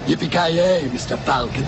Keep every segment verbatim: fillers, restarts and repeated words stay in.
Yippee-ki-yay, mister Falcon.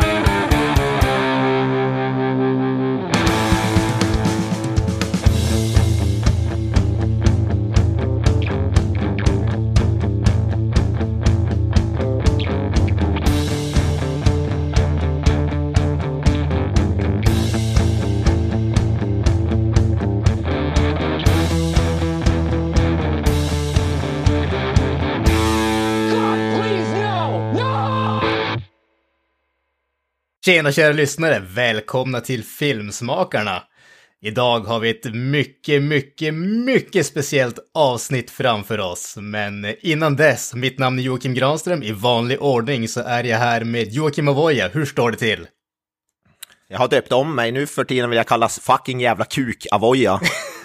Tjena kära lyssnare, välkomna till Filmsmakarna. Idag har vi ett mycket, mycket, mycket speciellt avsnitt framför oss. Men innan dess, mitt namn är Joakim Granström. I vanlig ordning så är jag här med Joakim Avoya. Hur står det till? Jag har döpt om mig, nu för tiden vill jag kallas fucking jävla kuk Avoya.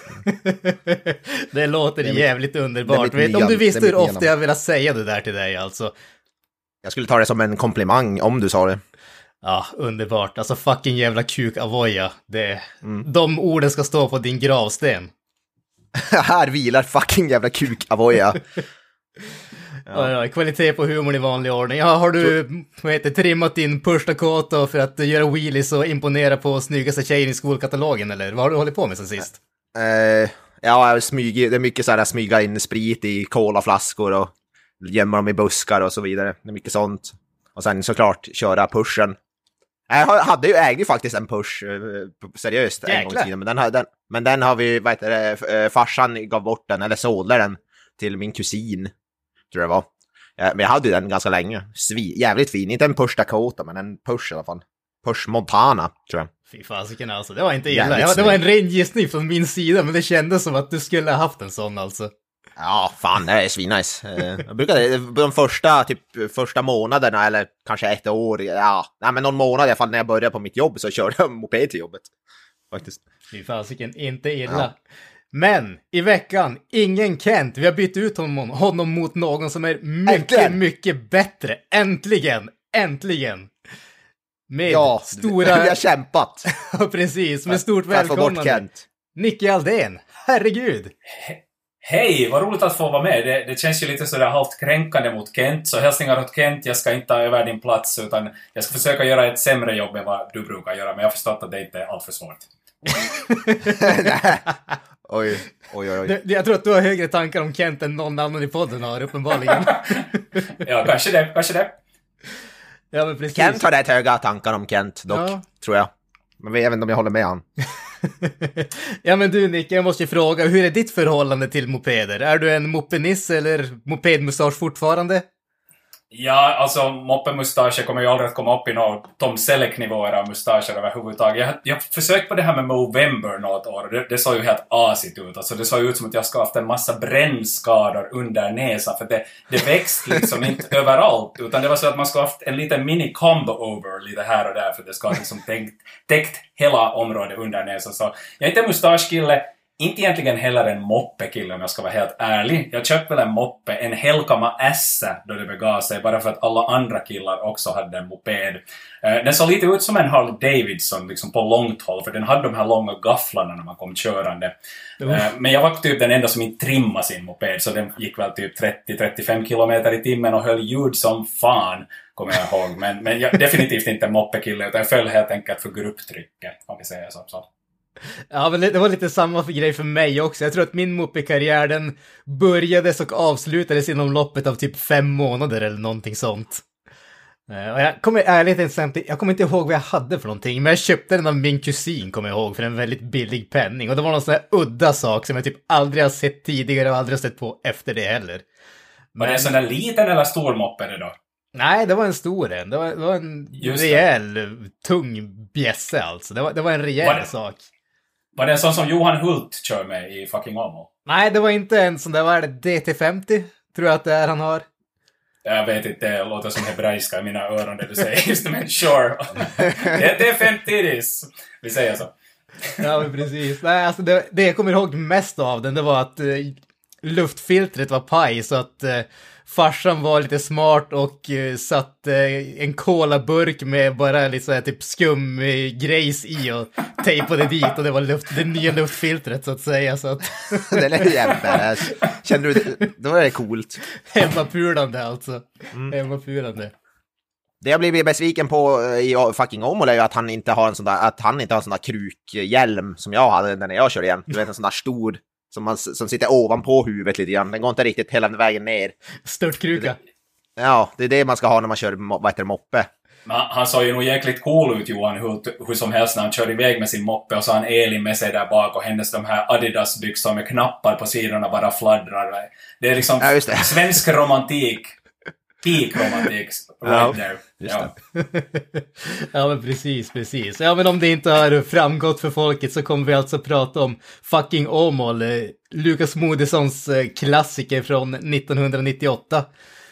Det låter det jävligt mitt, underbart. Vet, om du visste hur ofta jag ville säga det där till dig alltså. Jag skulle ta det som en komplimang om du sa det. Ja, underbart. Alltså fucking jävla kuk Avoya. Det, mm. De orden ska stå på din gravsten. Här vilar fucking jävla kuk Avoya. Ja. Ja, kvalitet på humor i vanlig ordning. Ja, har du vad heter, trimmat din Push Dakota för att göra wheelies och imponera på snyggaste tjejen i skolkatalogen, eller vad har du hållit på med sen sist? Uh, ja, smyg, det är mycket så här smyga in sprit i colaflaskor och gömma dem i buskar och så vidare. Det är mycket sånt. Och sen såklart köra pushen. Jag hade ju ägde ju faktiskt en push seriöst en gång i tiden, men den, har, den, men den har vi, vad heter det, farsan gav bort den, eller sålde den till min kusin, tror jag det var. Ja, men jag hade ju den ganska länge. Svi, jävligt fin, inte en Push Dakota, men en Push i alla fall. Push Montana, tror jag. Fy fasiken alltså, det var inte illa. Ja, det var en ren gissning från min sida, men det kändes som att du skulle ha haft en sån alltså. Ja, fan, det är svinnice. Jag brukade, de första, typ, första månaderna, eller kanske ett år, ja, nej, men någon månad i alla fall när jag började på mitt jobb så körde jag moped till jobbet. Faktiskt. Fy fasiken, inte illa. Ja. Men, i veckan, ingen Kent. Vi har bytt ut honom, honom mot någon som är mycket, Äntligen. mycket bättre. Äntligen, äntligen. Med ja, stora... vi har kämpat. Ja, precis, med stort välkomnande. Nicky Aldén, herregud. He- Hej, vad roligt att få vara med. Det, det känns ju lite sådär halvt kränkande mot Kent. Så hälsningar åt Kent, jag ska inte ta över din plats utan jag ska försöka göra ett sämre jobb än vad du brukar göra. Men jag har förstått att det inte är allt för svårt. Oj, oj, oj. Det, jag tror att du har högre tankar om Kent än någon annan i podden har, uppenbarligen. Ja, kanske det, kanske det. Ja, men precis. Kent har rätt höga tankar om Kent, dock, ja. Tror jag. Men jag vet inte om jag håller med han. Ja men du Nick, jag måste ju fråga, hur är ditt förhållande till mopeder? Är du en mopeniss eller mopedmustasch fortfarande? Ja, alltså moppemustascher kommer ju aldrig att komma upp i någon Tom Selleck-nivåer av mustascher överhuvudtaget. Jag, jag försökt på det här med Movember något år och det, det såg ju helt asigt ut. Alltså det såg ut som att jag skulle haft en massa brännskador under näsan för det, det växte liksom inte överallt utan det var så att man skulle haft en liten mini-combo-over lite här och där för det skulle ha liksom täckt, täckt hela området under näsan. Så jag är inte en mustaschkille. Inte egentligen heller en moppekille om jag ska vara helt ärlig. Jag köpte väl en moppe, en Helkama S då det begav sig. Bara för att alla andra killar också hade en moped. Den såg lite ut som en Harley Davidson liksom på långt håll. För den hade de här långa gafflarna när man kom körande. Mm. Men jag var typ den enda som inte trimmade sin moped. Så den gick väl typ trettio till trettiofem kilometer i timmen och höll ljud som fan. Kommer jag ihåg. Men, men jag definitivt inte en moppekille. Utan jag föll helt enkelt för grupptrycket. Om vi säger så. så. Ja, men det var lite samma grej för mig också. Jag tror att min moppekarriär den börjades och avslutades inom loppet av typ fem månader eller någonting sånt. Och jag kommer ärligt inte, jag kommer inte ihåg vad jag hade för någonting, men jag köpte den av min kusin, kommer jag ihåg, för en väldigt billig penning. Och det var någon sån här udda sak som jag typ aldrig har sett tidigare och aldrig har sett på efter det heller. Men... Var det en sån där liten eller stor moppe det då? Nej, det var en stor en. Det var, det var en Just rejäl, det. tung bjässe alltså. Det var, det var en rejäl var sak. Var det en sån som Johan Hult kör med i fucking Amo? Nej, det var inte en sån där, vad är det, D T femtio? Tror jag att det är han har. Jag vet inte, det låter som hebraiska i mina öron det du säger. Just det, men sure. D T femtio, vi säger så. Ja, men precis. Nej, alltså det, det jag kommer ihåg mest av den, det var att uh, luftfiltret var paj, så att... Uh, farsan var lite smart och uh, satt uh, en colaburk med bara lite så här typ skum uh, grejs i och tejpade dit och det var luft, det nya luftfiltret så att säga. Så att det är jävla. Känner du det? Då är det coolt. Hemmapulande alltså. Mm. Hemmapulande. Det jag blivit besviken på i fucking Åmål är ju att han inte har en sån där, att han inte har en sån där krukhjälm som jag hade när jag körde igen. Du vet, en sån där stor som, man, som sitter ovanpå huvudet lite grann. Den går inte riktigt hela vägen ner. Störtkruka. Ja, det är det man ska ha när man kör, vad heter det, moppe. Men han såg ju nog jäkligt cool ut, Johan, hur, hur som helst när han kör iväg med sin moppe och så har han Elin med sig där bak och hennes de här Adidas-byxor med knappar på sidorna bara fladdrar. Det är liksom ja, det. svensk romantik. Peak romantik right ja, there. Ja. Ja, men precis, precis. Ja, men om det inte har framgått för folket så kommer vi alltså prata om fucking Åmål, Lukas Moodyssons klassiker från nittonhundranittioåtta.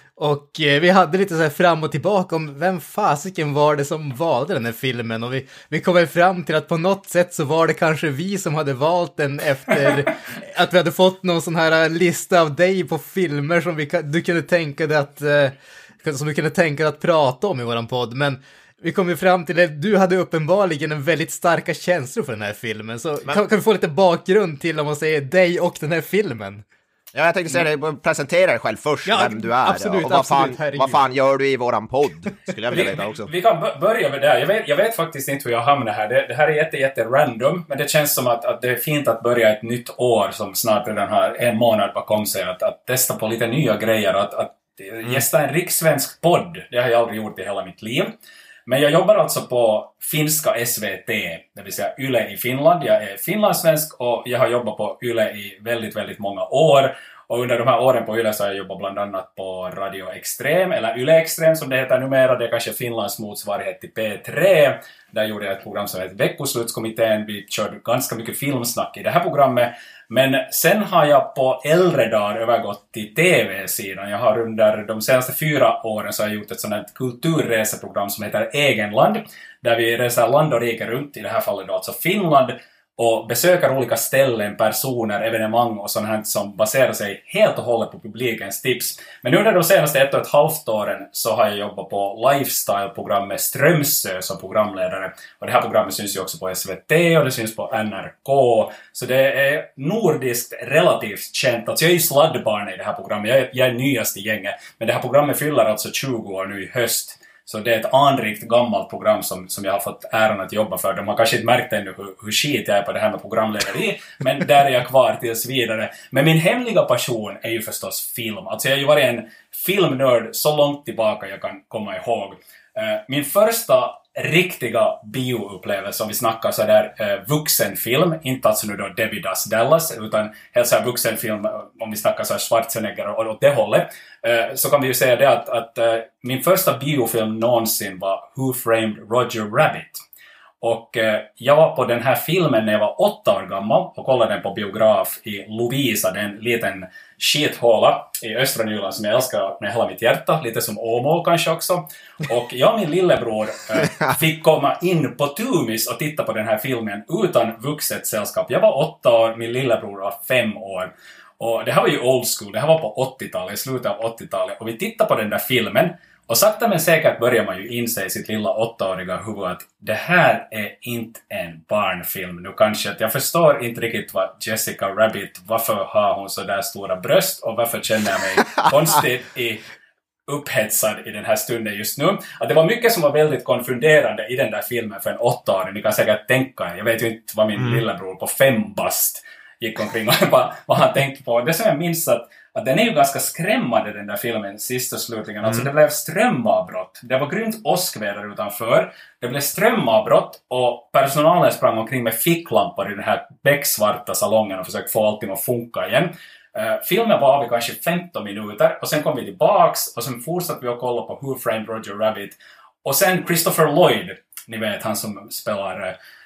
Och eh, vi hade lite så här fram och tillbaka om vem fasiken var det som valde den här filmen. Och vi, vi kom väl fram till att på något sätt så var det kanske vi som hade valt den efter att vi hade fått någon sån här lista av dig på filmer som vi, du kunde tänka dig att, eh, som du kunde tänka dig att prata om i våran podd. Men vi kom ju fram till att du hade uppenbarligen en väldigt starka känslor för den här filmen. Så Men... kan, kan vi få lite bakgrund till om man säger dig och den här filmen? Ja, jag tänkte säga det, presentera dig själv först, ja, vem du är. Absolut, och vad, absolut, fan, vad fan gör du i våran podd? Skulle jag vilja veta också. Vi, vi kan börja med det. Jag vet, jag vet faktiskt inte hur jag hamnar här. Det, det här är jätte, jätte random, men det känns som att, att det är fint att börja ett nytt år som snart redan har en månad bakom sig. Att, att testa på lite nya grejer. Att, att mm. gästa en rikssvensk podd, det har jag aldrig gjort i hela mitt liv. Men jag jobbar alltså på finska S V T, det vill säga Yle i Finland. Jag är finlandssvensk och jag har jobbat på Yle i väldigt, väldigt många år. Och under de här åren på Yle så har jag jobbat bland annat på Radio Extrem, eller Yle Extrem som det heter numera. Det är kanske Finlands motsvarighet till P tre. Där gjorde jag ett program som heter Veckoslutskommittén. Vi körde ganska mycket filmsnack i det här programmet. Men sen har jag på äldre dagar övergått till T V-sidan. Jag har under de senaste fyra åren så har jag gjort ett sådant här kulturreseprogram som heter Egenland. Där vi reser land och rike runt, i det här fallet då alltså Finland. Och besöker olika ställen, personer, evenemang och sånt här som baserar sig helt och hållet på publikens tips. Men under de senaste ett och ett halvt åren så har jag jobbat på lifestyle-programmet Strömsö som programledare. Och det här programmet syns ju också på S V T och det syns på N R K. Så det är nordiskt relativt känt. Alltså jag är ju sladdbarn i det här programmet. Jag är, jag är nyast i gänget. Men det här programmet fyller alltså tjugo år nu i höst. Så det är ett anrikt gammalt program som, som jag har fått äran att jobba för. De har kanske inte märkt ännu hur, hur skit jag är på det här med programlederi. Men där är jag kvar tills vidare. Men min hemliga passion är ju förstås film. Alltså jag har ju varit en filmnörd så långt tillbaka jag kan komma ihåg. Min första riktiga bioupplevelse, om vi snackar så där eh, vuxenfilm, inte alltså nu då Debbie Does Dallas, utan helt så här vuxenfilm, om vi snackar så här Schwarzenegger och åt det hållet, eh, så kan vi ju säga det att, att eh, min första biofilm någonsin var Who Framed Roger Rabbit. Och eh, jag var på den här filmen när jag var åtta år gammal och kollade den på biograf i Lovisa, den liten skithåla i östra Nyland som jag älskar med hela mitt hjärta, lite som Åmål kanske också. Och jag och min lillebror eh, fick komma in på Tumis och titta på den här filmen utan vuxet sällskap. Jag var åtta år, min lillebror var fem år. Och det här var ju old school, det här var på åttiotalet, i slutet av åttiotalet. Och vi tittade på den där filmen. Och sakta men säkert börjar man ju inse i sitt lilla åttaåriga huvud att det här är inte en barnfilm. Nu kanske att jag förstår inte riktigt vad Jessica Rabbit, varför har hon så där stora bröst och varför känner jag mig konstigt i, upphetsad i den här stunden just nu. Att det var mycket som var väldigt konfunderande i den där filmen för en åttaåring. Ni kan säkert tänka, jag vet ju inte vad min mm. lillebror på fem bast gick omkring och vad, vad han tänkte på. Det som jag minns att att den är ju ganska skrämmande den där filmen sist och slutligen. Alltså mm. det blev strömavbrott. Det var grymt åskväder utanför. Det blev strömavbrott och personalen sprang omkring med ficklampor i den här becksvarta salongen och försökte få allting att funka igen. Uh, filmen var vi kanske femton minuter och sen kom vi tillbaks och sen fortsatte vi att kolla på Who Framed Roger Rabbit. Och sen Christopher Lloyd, ni vet han som spelar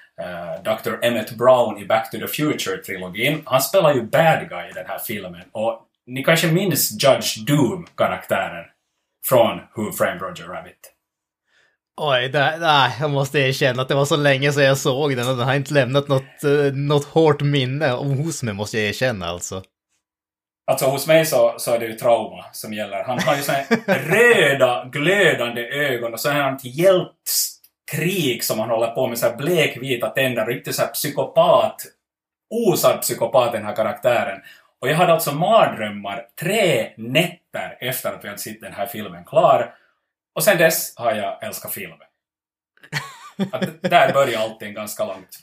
uh, doktor Emmett Brown i Back to the Future-trilogin. Han spelar ju bad guy i den här filmen och ni kanske minns Judge Doom-karaktären från Who Framed Roger Rabbit. Oj, det, nej, jag måste erkänna att det var så länge sedan jag såg den och den har inte lämnat något, uh, något hårt minne hos mig, måste jag erkänna alltså. Alltså hos mig så, så är det ju trauma som gäller. Han har ju såna röda, glödande ögon och så har han ett hjälpskrik som han håller på med så här blekvita tänder, riktigt så här psykopat, osad psykopat den här karaktären. Och jag hade alltså mardrömmar tre nätter efter att vi hade sett den här filmen klar. Och sen dess har jag älskat film. Att där börjar allting ganska långt.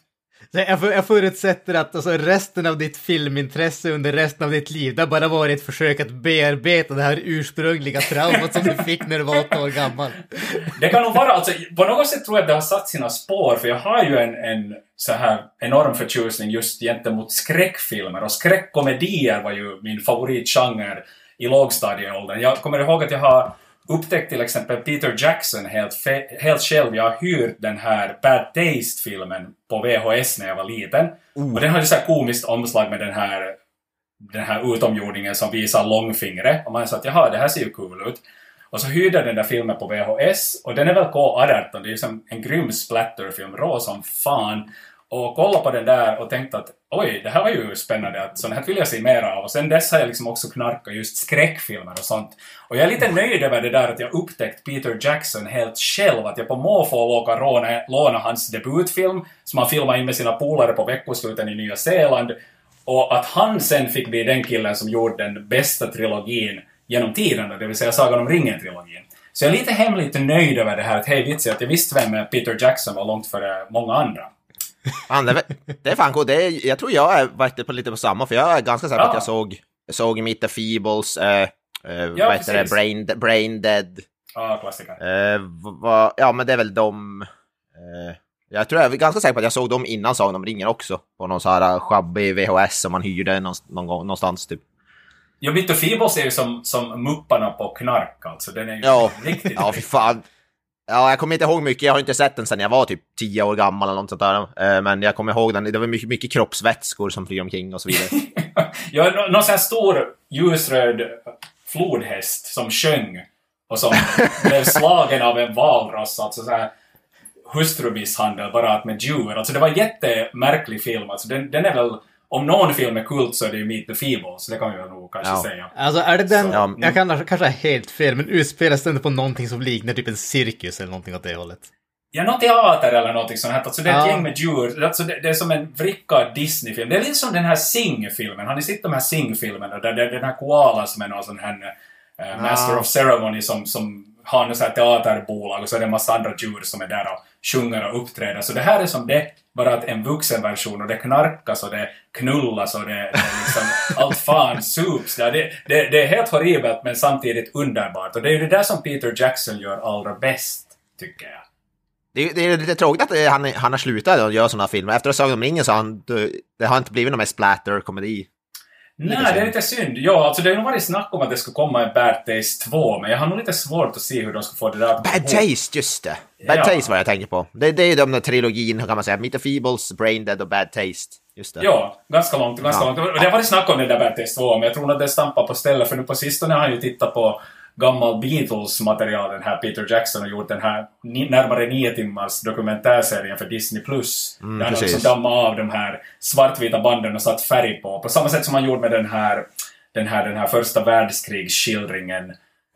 Jag förutsätter att alltså, resten av ditt filmintresse under resten av ditt liv, det har bara varit ett försök att bearbeta det här ursprungliga traumat som du fick när du var åtta år gammal. Det kan nog vara, alltså, på något sätt tror jag att det har satt sina spår, för jag har ju en, en så här enorm förtjusning just gentemot skräckfilmer, och skräckkomedier var ju min favoritgenre i lågstadieåldern. Jag kommer ihåg att jag har upptäckt till exempel Peter Jackson helt, fe- helt själv. Jag har hyrt den här Bad Taste-filmen på V H S när jag var liten. Uh. Och den hade så här komiskt omslag med den här, den här utomjordingen som visar långfingret. Och man sa att jaha, det här ser ju cool ut. Och så hyrde den där filmen på V H S. Och den är väl K arton. Det är ju som en grym splatterfilm, rå som fan. Och kolla på den där och tänkte att oj, det här var ju spännande, att sånt här vill jag se mer av. Och sen dess har jag liksom också knarkat just skräckfilmer och sånt. Och jag är lite nöjd över det där att jag upptäckt Peter Jackson helt själv. Att jag på måfå åka råna, låna hans debutfilm som han filmade in med sina polare på veckosluten i Nya Zeeland. Och att han sen fick bli den killen som gjorde den bästa trilogin genom tiden, det vill säga Sagan om ringen-trilogin. Så jag är lite hemligt nöjd över det här, att hej vitsigt, att jag visste vem Peter Jackson var långt före många andra. Man, det, det är fan cool. Det är, jag tror jag är varit på lite på samma, för jag är ganska säker på ja. att jag såg jag såg Meet the Feebles, äh, äh, ja, vad heter det, Brain, Brain Dead. Ja, klassiker. Äh, va, ja, men det är väl de... Äh, jag tror jag är ganska säker på att jag såg dem innan Sagan om ringen också. På någon så här sjabbig V H S som man hyrde någon, någon gång, någonstans typ. Ja, Meet the Feebles är ju som, som mupparna på knark, alltså. Den är ju ja. riktigt... Ja, fy fan. Ja, jag kommer inte ihåg mycket. Jag har inte sett den sedan jag var typ tio år gammal eller något sånt där. Men jag kommer ihåg den. Det var mycket, mycket kroppsvätskor som flyger omkring och så vidare. Ja, någon sån här stor ljusröd flodhäst som sjöng och som blev slagen av en valross. Alltså så här hustrumisshandel bara med djur. Alltså det var en jättemärklig film. Alltså den, den är väl... Om någon film är kult så är det ju Meet the Feebles, det kan jag nog kanske ja. säga. Alltså är det den, så, jag kan kanske ha helt fel, men utspelas den på någonting som liknar typ en cirkus eller någonting åt det hållet? Ja, någon teater eller någonting sånt här. Alltså det är ett ja. gäng med djur. Alltså det, det är som en vrickad Disney-film. Det är lite som den här Sing-filmen. Har ni sett de här Sing-filmerna? Där det är den här koala som är någon sån här uh, ja. Master of Ceremony som, som har en sån här teaterbolag. Och så är det en massa andra djur som är där och sjunger och uppträder. Så det här är som det, bara att en vuxenversion. Och det knarkas och det knullas och det, det är liksom allt fan sups. Det, det, det är helt horribelt men samtidigt underbart. Och det är ju det där som Peter Jackson gör allra bäst, tycker jag. Det, det är lite tråkigt att han, han har slutat att göra sådana filmer. Efter att Sagan om ringen så har han, det har inte blivit någon mer splatter-komedi. Nej, det är lite synd. Ja, alltså det har nog varit snack om att det ska komma en Bad Taste två, men jag har nog lite svårt att se hur de ska få det där. Bad Taste, just det. Bad ja. Taste var jag tänker på. Det, det är de där trilogin, kan man säga. Meet the Feebles, Brain Dead och Bad Taste. Just det. Ja, ganska långt, ganska ja. långt. Och det har varit snack om den där Bad Taste två, men jag tror att det stampar på stället, för nu på sistone har jag ju tittat på gammal Beatles-material, den här Peter Jackson har gjort den här närmare nio timmars dokumentärserien för Disney Plus. Mm, där han också dammade av de här svartvita banden och satt färg på. På samma sätt som han gjorde med den här, den här, den här första världskrigsskildringen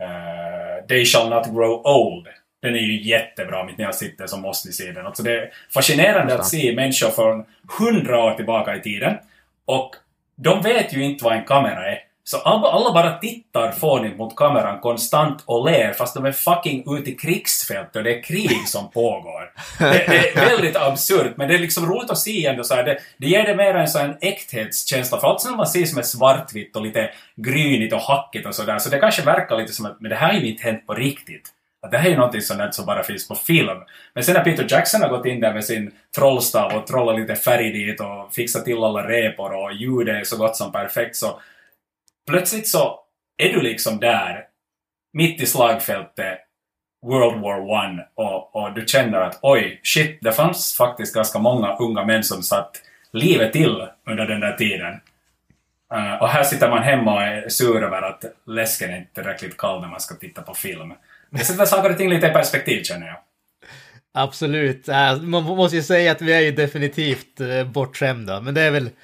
uh, They Shall Not Grow Old. Den är ju jättebra, mitt när jag sitter som måste ni se den. Alltså det är fascinerande att se människor från hundra år tillbaka i tiden. Och de vet ju inte vad en kamera är. Så alla bara tittar fånigt mot kameran konstant och ler fast de är fucking ute i krigsfält och det är krig som pågår. Det, det är väldigt absurt, men det är liksom roligt att se ändå så här. Det, det ger det mer en sån här äkthetskänsla, för allt som man ser som är svartvitt och lite grynigt och hackigt och sådär. Så det kanske verkar lite som att men det här är ju inte hänt på riktigt. Att det här är ju någonting som, som bara finns på film. Men sen när Peter Jackson har gått in där med sin trollstav och trollat lite färg dit och fixat till alla repor och ljudet är så gott som perfekt, så plötsligt så är du liksom där mitt i slagfältet World War One och, och du känner att oj, shit, det fanns faktiskt ganska många unga män som satt livet till under den där tiden. Uh, och här sitter man hemma och är sur över att läsken är inte tillräckligt kall när man ska titta på film. Det sätter saker och ting lite i perspektiv, känner jag. Absolut. Man måste ju säga att vi är ju definitivt bortskämda, men det är väl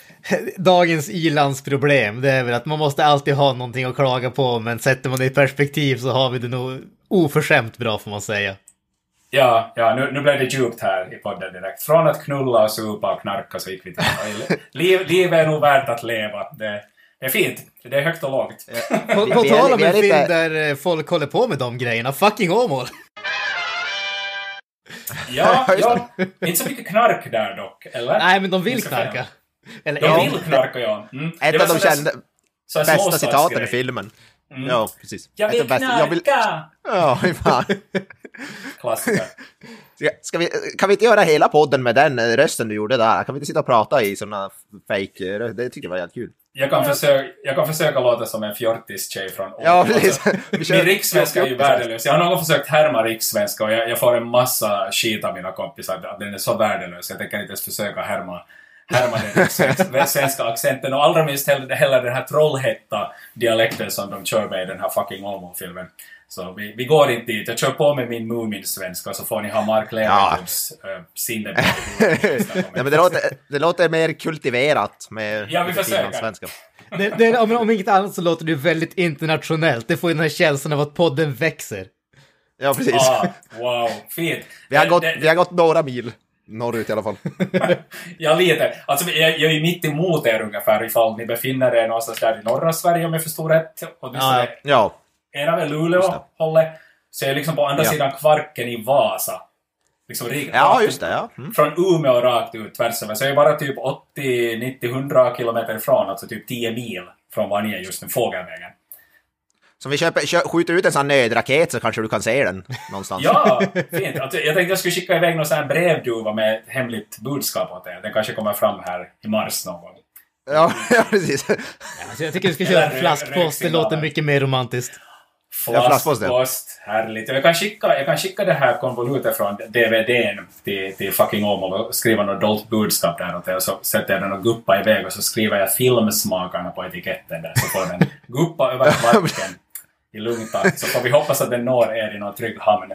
dagens ilandsproblem. Det är väl att man måste alltid ha någonting att klaga på, men sätter man det i perspektiv så har vi det nog oförskämt bra, får man säga. Ja, ja nu, nu blev det djupt här i podden direkt. Från att knulla och supa och knarka så gick vi till Liv, livet är nog värt att leva. Det, Det är fint. Det är högt och lågt. Ja. På, Vi- på vi är- tal om vi är en lite- film där eh, folk håller på med de grejerna. Fucking Åmål. Ja, Ja, just ja. Inte så mycket knark där dock, eller? Nej, men de vill Minns jag fel? knarka. Eller, De ja. vill knarka, ja. Mm. Ett Det var av de sådär- kända sådär bästa småstadsgrej. citaten i filmen. Mm. Ja, precis. Jag Ett vill av bästa- knarka! jag vill- Ja, fan. Klassiker. Ska, ska vi, kan vi inte göra hela podden med den eh, rösten du gjorde där? Kan vi inte sitta och prata i sådana fake eh, Det tyckte jag var jävligt kul. Jag kan, försöka, jag kan försöka låta som en fjortis-tjej från Åmål. Ja, precis. Alltså, Vi kör- min rikssvenska är ju fjortis. värdelös. Jag har någon gång försökt härma rikssvenska och jag, jag får en massa skit av mina kompisar att den är så värdelös. Jag tänker inte ens försöka härma, härma den rikssvenska accenten. Och allra minst heller, heller den här Trollhätta-dialekten som de kör med i den här fucking Åmål-filmen. Så vi, vi går inte dit. Jag kör på med min Mumin-svenska så får ni ha Mark Levengood's ja. uh, sinne. Ja, men det låter, det låter mer kultiverat med Ja, vi försöker. svenska. Det, det, om, om inget annat så låter det väldigt internationellt. Det får ju den här känslan av att podden växer. Ja, precis. Ah, wow, fint. Vi har, Det- gått, det- vi har gått några mil norrut i alla fall. Ja, lite. Alltså, jag, jag är ju mitt emot er ungefär ifall ni befinner er någonstans där i norra Sverige om jag förstår rätt. Och det Ja, är Ja, era väl Luleå-hållet. Så jag är liksom på andra Ja. sidan Kvarken i Vasa. Liksom rik- ja rakt just ut. det. Ja. Mm. Från Umeå rakt ut tvärs över. Så jag är bara typ åttio, nittio, hundra kilometer ifrån. Alltså typ tio mil från var ni är just nu, fågelvägen. Så vi köper, kö, skjuter ut en sån nödraket så kanske du kan se den någonstans. Ja, fint. Alltså, jag tänkte jag skulle skicka iväg någon sån här brevduva med ett hemligt budskap åt er. Den kanske kommer fram här i mars någon gång. Ja, ja precis. Alltså, jag tycker vi ska köra Eller flaskpost. Det röksignaler. låter mycket mer romantiskt. Ja, flaskpost, ja. Flaskpost, härligt. Jag kan, skicka, jag kan skicka det här konvolutet från D V D:n till, till fucking Åmål och skriva något dolt budskap där åt er. Och så sätter jag den och guppa iväg och så skriver jag filmsmakarna på etiketten där. Så får den guppa över Kvarken i lugn takt. Så får vi hoppas att den når er i någon trygg hamn.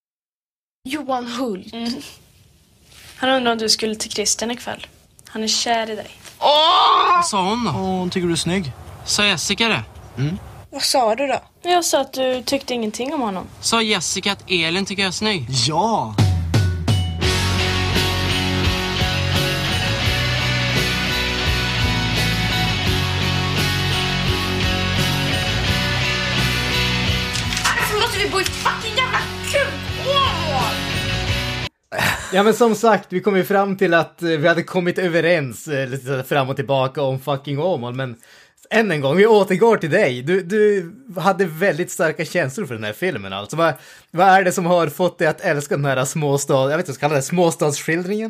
Johan Hult. Mm. Han undrar om du skulle till Christian ikväll. Han är kär i dig. Vad sa hon då? Hon tycker du är snygg. Sa Jessica det? Vad sa du då? Jag sa att du tyckte ingenting om honom. Sa Jessica att Elin tycker jag är snygg? Ja! Varför måste vi bo i fucking jävla kuk? Åh! Ja, men som sagt, vi kom ju fram till att eh, vi hade kommit överens eh, lite sådär fram och tillbaka om fucking Åmål, men än en gång, vi återgår till dig. Du, du hade väldigt starka känslor för den här filmen, alltså. Vad, vad är det som har fått dig att älska den här småstad, jag vet inte vad jag ska kalla det, småstadsskildringen?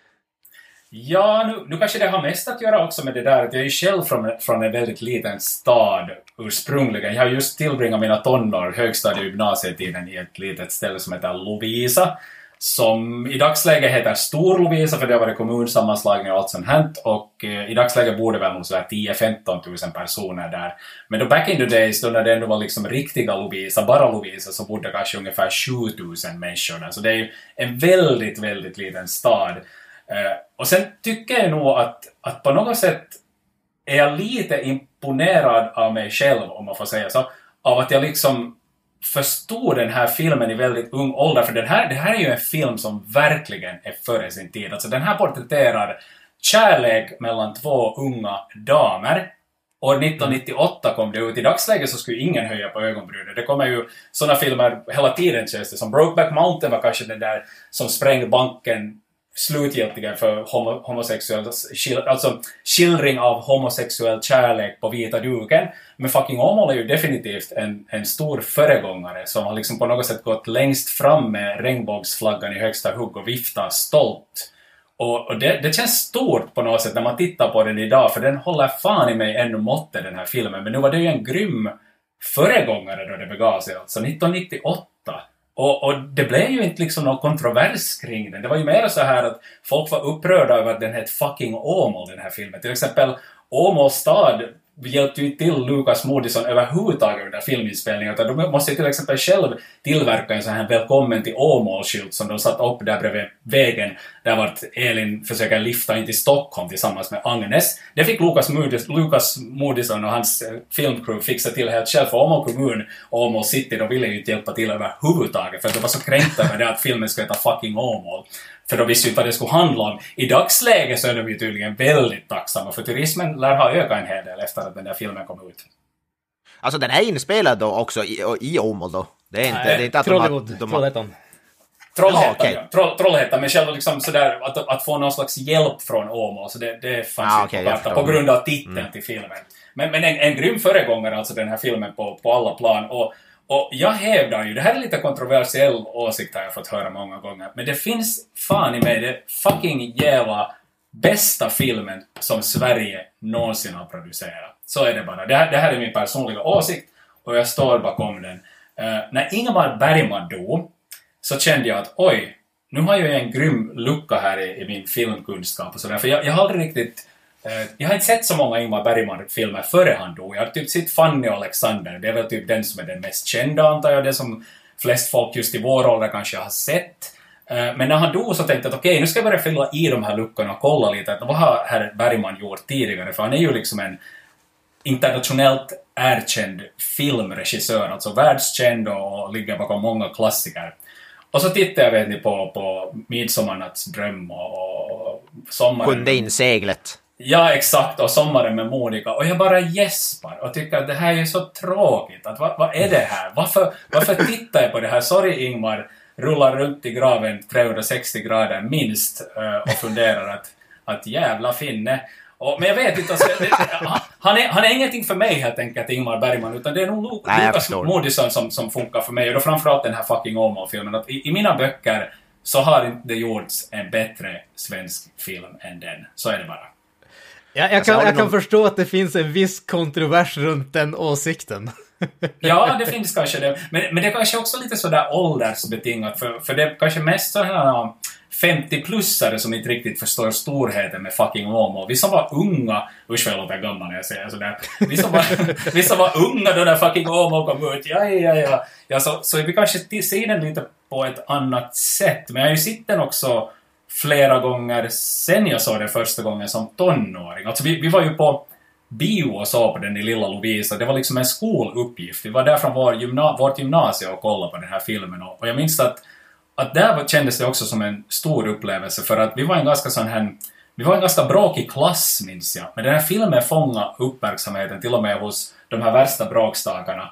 Ja, nu, nu kanske det har mest att göra också med det där att jag är ju själv från, från en väldigt liten stad ursprungligen. Jag har just tillbringat mina tonår, högstadie- och gymnasietiden i ett litet ställe som heter Lovisa. Som i dagsläget heter Stor Lovisa för det har varit kommunsammanslagning och allt sånt hänt. Och eh, i dagsläget bor det väl nog sådär tio till femton tusen personer där. Men då back in the days, då när det ändå var liksom riktiga Lovisa, bara Lovisa, så bodde kanske ungefär sju tusen människor där. Så det är ju en väldigt, väldigt liten stad. Eh, och sen tycker jag nog att, att på något sätt är jag lite imponerad av mig själv, om man får säga så, av att jag liksom förstod den här filmen i väldigt ung ålder, för den här, det här är ju en film som verkligen är före sin tid. Alltså den här porträtterar kärlek mellan två unga damer. År nittonhundranittioåtta kom det ut. I dagsläget så skulle ingen höja på ögonbrynen. Det kommer ju sådana filmer hela tiden, känns det som. Brokeback Mountain var kanske den där som sprängde banken slutgiltigen för homo- homosexuell, alltså skildring av homosexuell kärlek på vita duken. Men fucking Åmål är ju definitivt en, en stor föregångare som har liksom på något sätt gått längst fram med regnbågsflaggan i högsta hugg och viftar stolt. Och, och det, det känns stort på något sätt när man tittar på den idag, för den håller fan i mig ännu måttet, den här filmen. Men nu var det ju en grym föregångare då det begav sig, alltså nittonhundranittioåtta. Och, och det blev ju inte liksom någon kontrovers kring den. Det var ju mer så här att folk var upprörda över att den hette fucking Åmål, den här filmen. Till exempel Åmål stad hjälpte ju till Lucas Moodysson överhuvudtaget under filminspelningen. Utan de måste ju till exempel själv tillverka en sån här välkommen till Åmål-skylt som de satt upp där bredvid vägen där vart Elin försöker lyfta in till Stockholm tillsammans med Agnes. Det fick Lucas, Moodys, Lucas Moodysson och hans eh, filmcrew fixa till helt själv, för Åmål kommun och Åmål city, de ville ju inte hjälpa till överhuvudtaget för att de var så kränkta över det att filmen skulle heta fucking Åmål. För de visste ju inte vad det skulle handla om. I dagsläget så är de ju tydligen väldigt tacksamma, för turismen lär ha ökat en hel del efter att den där filmen kom ut. Alltså den är inspelad då också i, i Åmål då? Det är inte, Nej, det är inte att Trollywood, de har... De har... Trollhättan. Trollhättan, Ja, okej. ja. Troll, Trollhättan, men själva liksom sådär, att, att få någon slags hjälp från Åmål, så det, det fanns Ja, ju okej, på jag kartan, förstår. på grund av titeln Mm. till filmen. Men, men en, en grym föregångare, alltså den här filmen på, på alla plan. Och, och jag hävdar ju, det här är lite kontroversiell åsikt har jag fått höra många gånger, men det finns fan i mig det fucking jävla bästa filmen som Sverige någonsin har producerat. Så är det bara. Det här, det här är min personliga åsikt och jag står bakom den. Uh, när Ingmar Bergman dog så kände jag att oj, nu har jag en grym lucka här i, i min filmkunskap och sådär. För jag, jag har aldrig riktigt... Eh, jag har inte sett så många Ingmar Bergman-filmer före han dog. Jag har typ sett Fanny och Alexander. Det är väl typ den som är den mest kända, antar jag. Det som flest folk just i vår ålder kanske har sett. Eh, men när han dog så tänkte jag att okej, okay, nu ska jag börja fylla i de här luckorna och kolla lite. Att vad har herr Bergman gjort tidigare? För han är ju liksom en internationellt erkänd filmregissör. Alltså världskänd och ligger bakom många klassiker. Och så tittar jag vet ni, på, på Midsommarnattsdröm och, och sommaren. Sjunde inseglet. Ja, exakt. Och Sommaren med Monica. Och jag bara gäspar och tycker att det här är så tråkigt. Att, vad, vad är det här? Varför, varför tittar jag på det här? Sorry Ingmar, rullar runt i graven trehundrasextio grader minst och funderar att, att jävla finne. Och, men jag vet inte, alltså, det, han, är, han är ingenting för mig helt enkelt, Ingmar Bergman, utan det är nog Nej, Lukas Moodysson som, som funkar för mig, och då framförallt den här fucking Åmål-filmen. Att i, I mina böcker så har inte det gjorts en bättre svensk film än den. Så är det bara. Ja, jag Alltså, kan, har du jag kan någon- förstå att det finns en viss kontrovers runt den åsikten. Ja, det finns kanske det. Men, men det är kanske också lite sådär åldersbetingat, för, för det är kanske mest sådana femtio-plussare som inte riktigt förstår storheten med fucking Åmål. Vi som var unga, usch vad jag låter gammal när jag säger sådär. Vi som var, vi som var unga då när fucking Åmål kom ut, ja, ja, ja. ja så, så vi kanske ser den lite på ett annat sätt. Men jag har ju sett den också flera gånger sen jag såg den första gången som tonåring. Alltså vi, vi var ju på bio och så på den i Lilla Lovisa. Det var liksom en skoluppgift. Vi var där från vår gymna- vårt gymnasium och kollade på den här filmen. Och, och jag minns att, att där kändes det också som en stor upplevelse, för att vi var en ganska sån här, vi var en ganska bråkig klass, minns jag. Men den här filmen fångade uppmärksamheten till och med hos de här värsta bråkstakarna.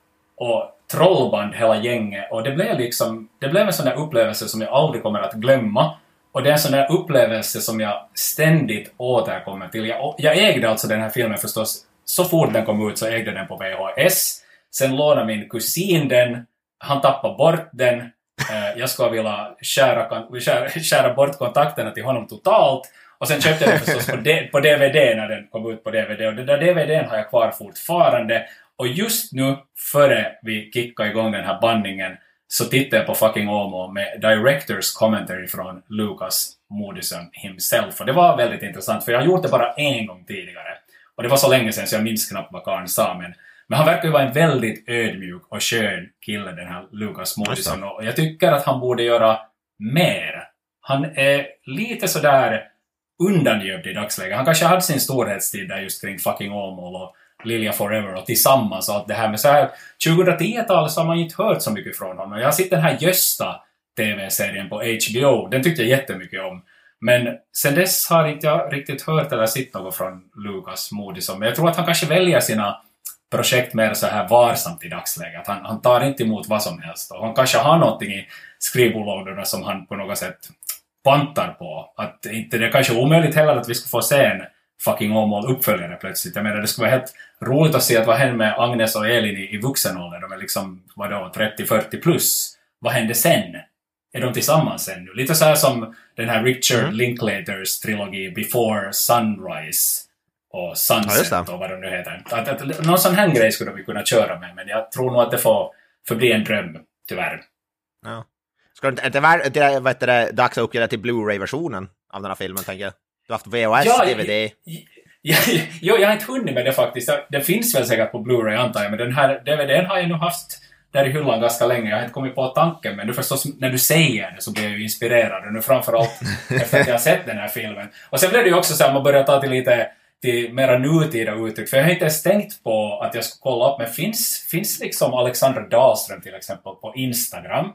Och trollband hela gänget. Och det blev liksom, det blev en sån där upplevelse som jag aldrig kommer att glömma. Och det är en sån där upplevelse som jag ständigt återkommer till. Jag, jag ägde alltså den här filmen förstås. Så fort den kom ut så ägde den på V H S. Sen lånade min kusin den. Han tappade bort den. Eh, jag skulle vilja skära, skära, skära bort kontakterna till honom totalt. Och sen köpte jag den förstås på, D, på D V D när den kom ut på D V D. Och den där D V D:n har jag kvar fortfarande. Och just nu, före vi kickade igång den här bandningen, så tittade jag på fucking Åmål med directors commentary från Lukas Moodysson himself. Och det var väldigt intressant, för jag har gjort det bara en gång tidigare. Och det var så länge sedan så jag minns knappt vad Karn sa. Men, men han verkar ju vara en väldigt ödmjuk och skön kille, den här Lukas Moodysson. Och jag tycker att han borde göra mer. Han är lite sådär undangömd i dagsläget. Han kanske hade sin storhetstid där just kring fucking Åmål och Lilja Forever och Tillsammans och allt det här. Men så här tjugohundratio-talet så har man inte hört så mycket från honom. Jag har sett den här Gösta tv-serien på H B O. Den tyckte jag jättemycket om. Men sen dess har inte jag riktigt hört eller sett något från Lukas Moodysson. Men jag tror att han kanske väljer sina projekt mer så här varsamt i dagsläget. Han, han tar inte emot vad som helst. Och han kanske har någonting i skrivbordlådorna som han på något sätt pantar på. Att inte det är kanske omöjligt heller att vi ska få se en fucking Åmål uppföljare plötsligt. Jag menar, det skulle vara helt roligt att se att vad händer med Agnes och Elin i, i vuxenålder. De är liksom, vadå, trettio fyrtio plus. Vad händer sen? Är de tillsammans sen nu? Lite så här som den här Richard mm. Linklaters trilogi Before Sunrise och Sunset ja, och vad de nu heter. Att, att, någon sån här grej skulle vi kunna köra med, men jag tror nog att det får förbli en dröm, tyvärr. Ja. Ska det inte vara det, vad heter det, dags att uppgöra till Blu-ray-versionen av den här filmen, tänker jag? Du har haft V H S, ja, D V D. Ja, ja, jag har inte hunnit med det faktiskt. Det finns väl säkert på Blu-ray antar jag, men den här D V D:n har jag nu haft där i hyllan ganska länge. Jag har inte kommit på tanken, men du förstås, när du säger det så blir jag ju inspirerad. Och nu framförallt efter att jag har sett den här filmen. Och sen blev det ju också så att man börjar ta till lite till mera nutida uttryck. För jag har inte ens tänkt på att jag skulle kolla upp, men finns, finns liksom Alexander Dahlström till exempel på Instagram.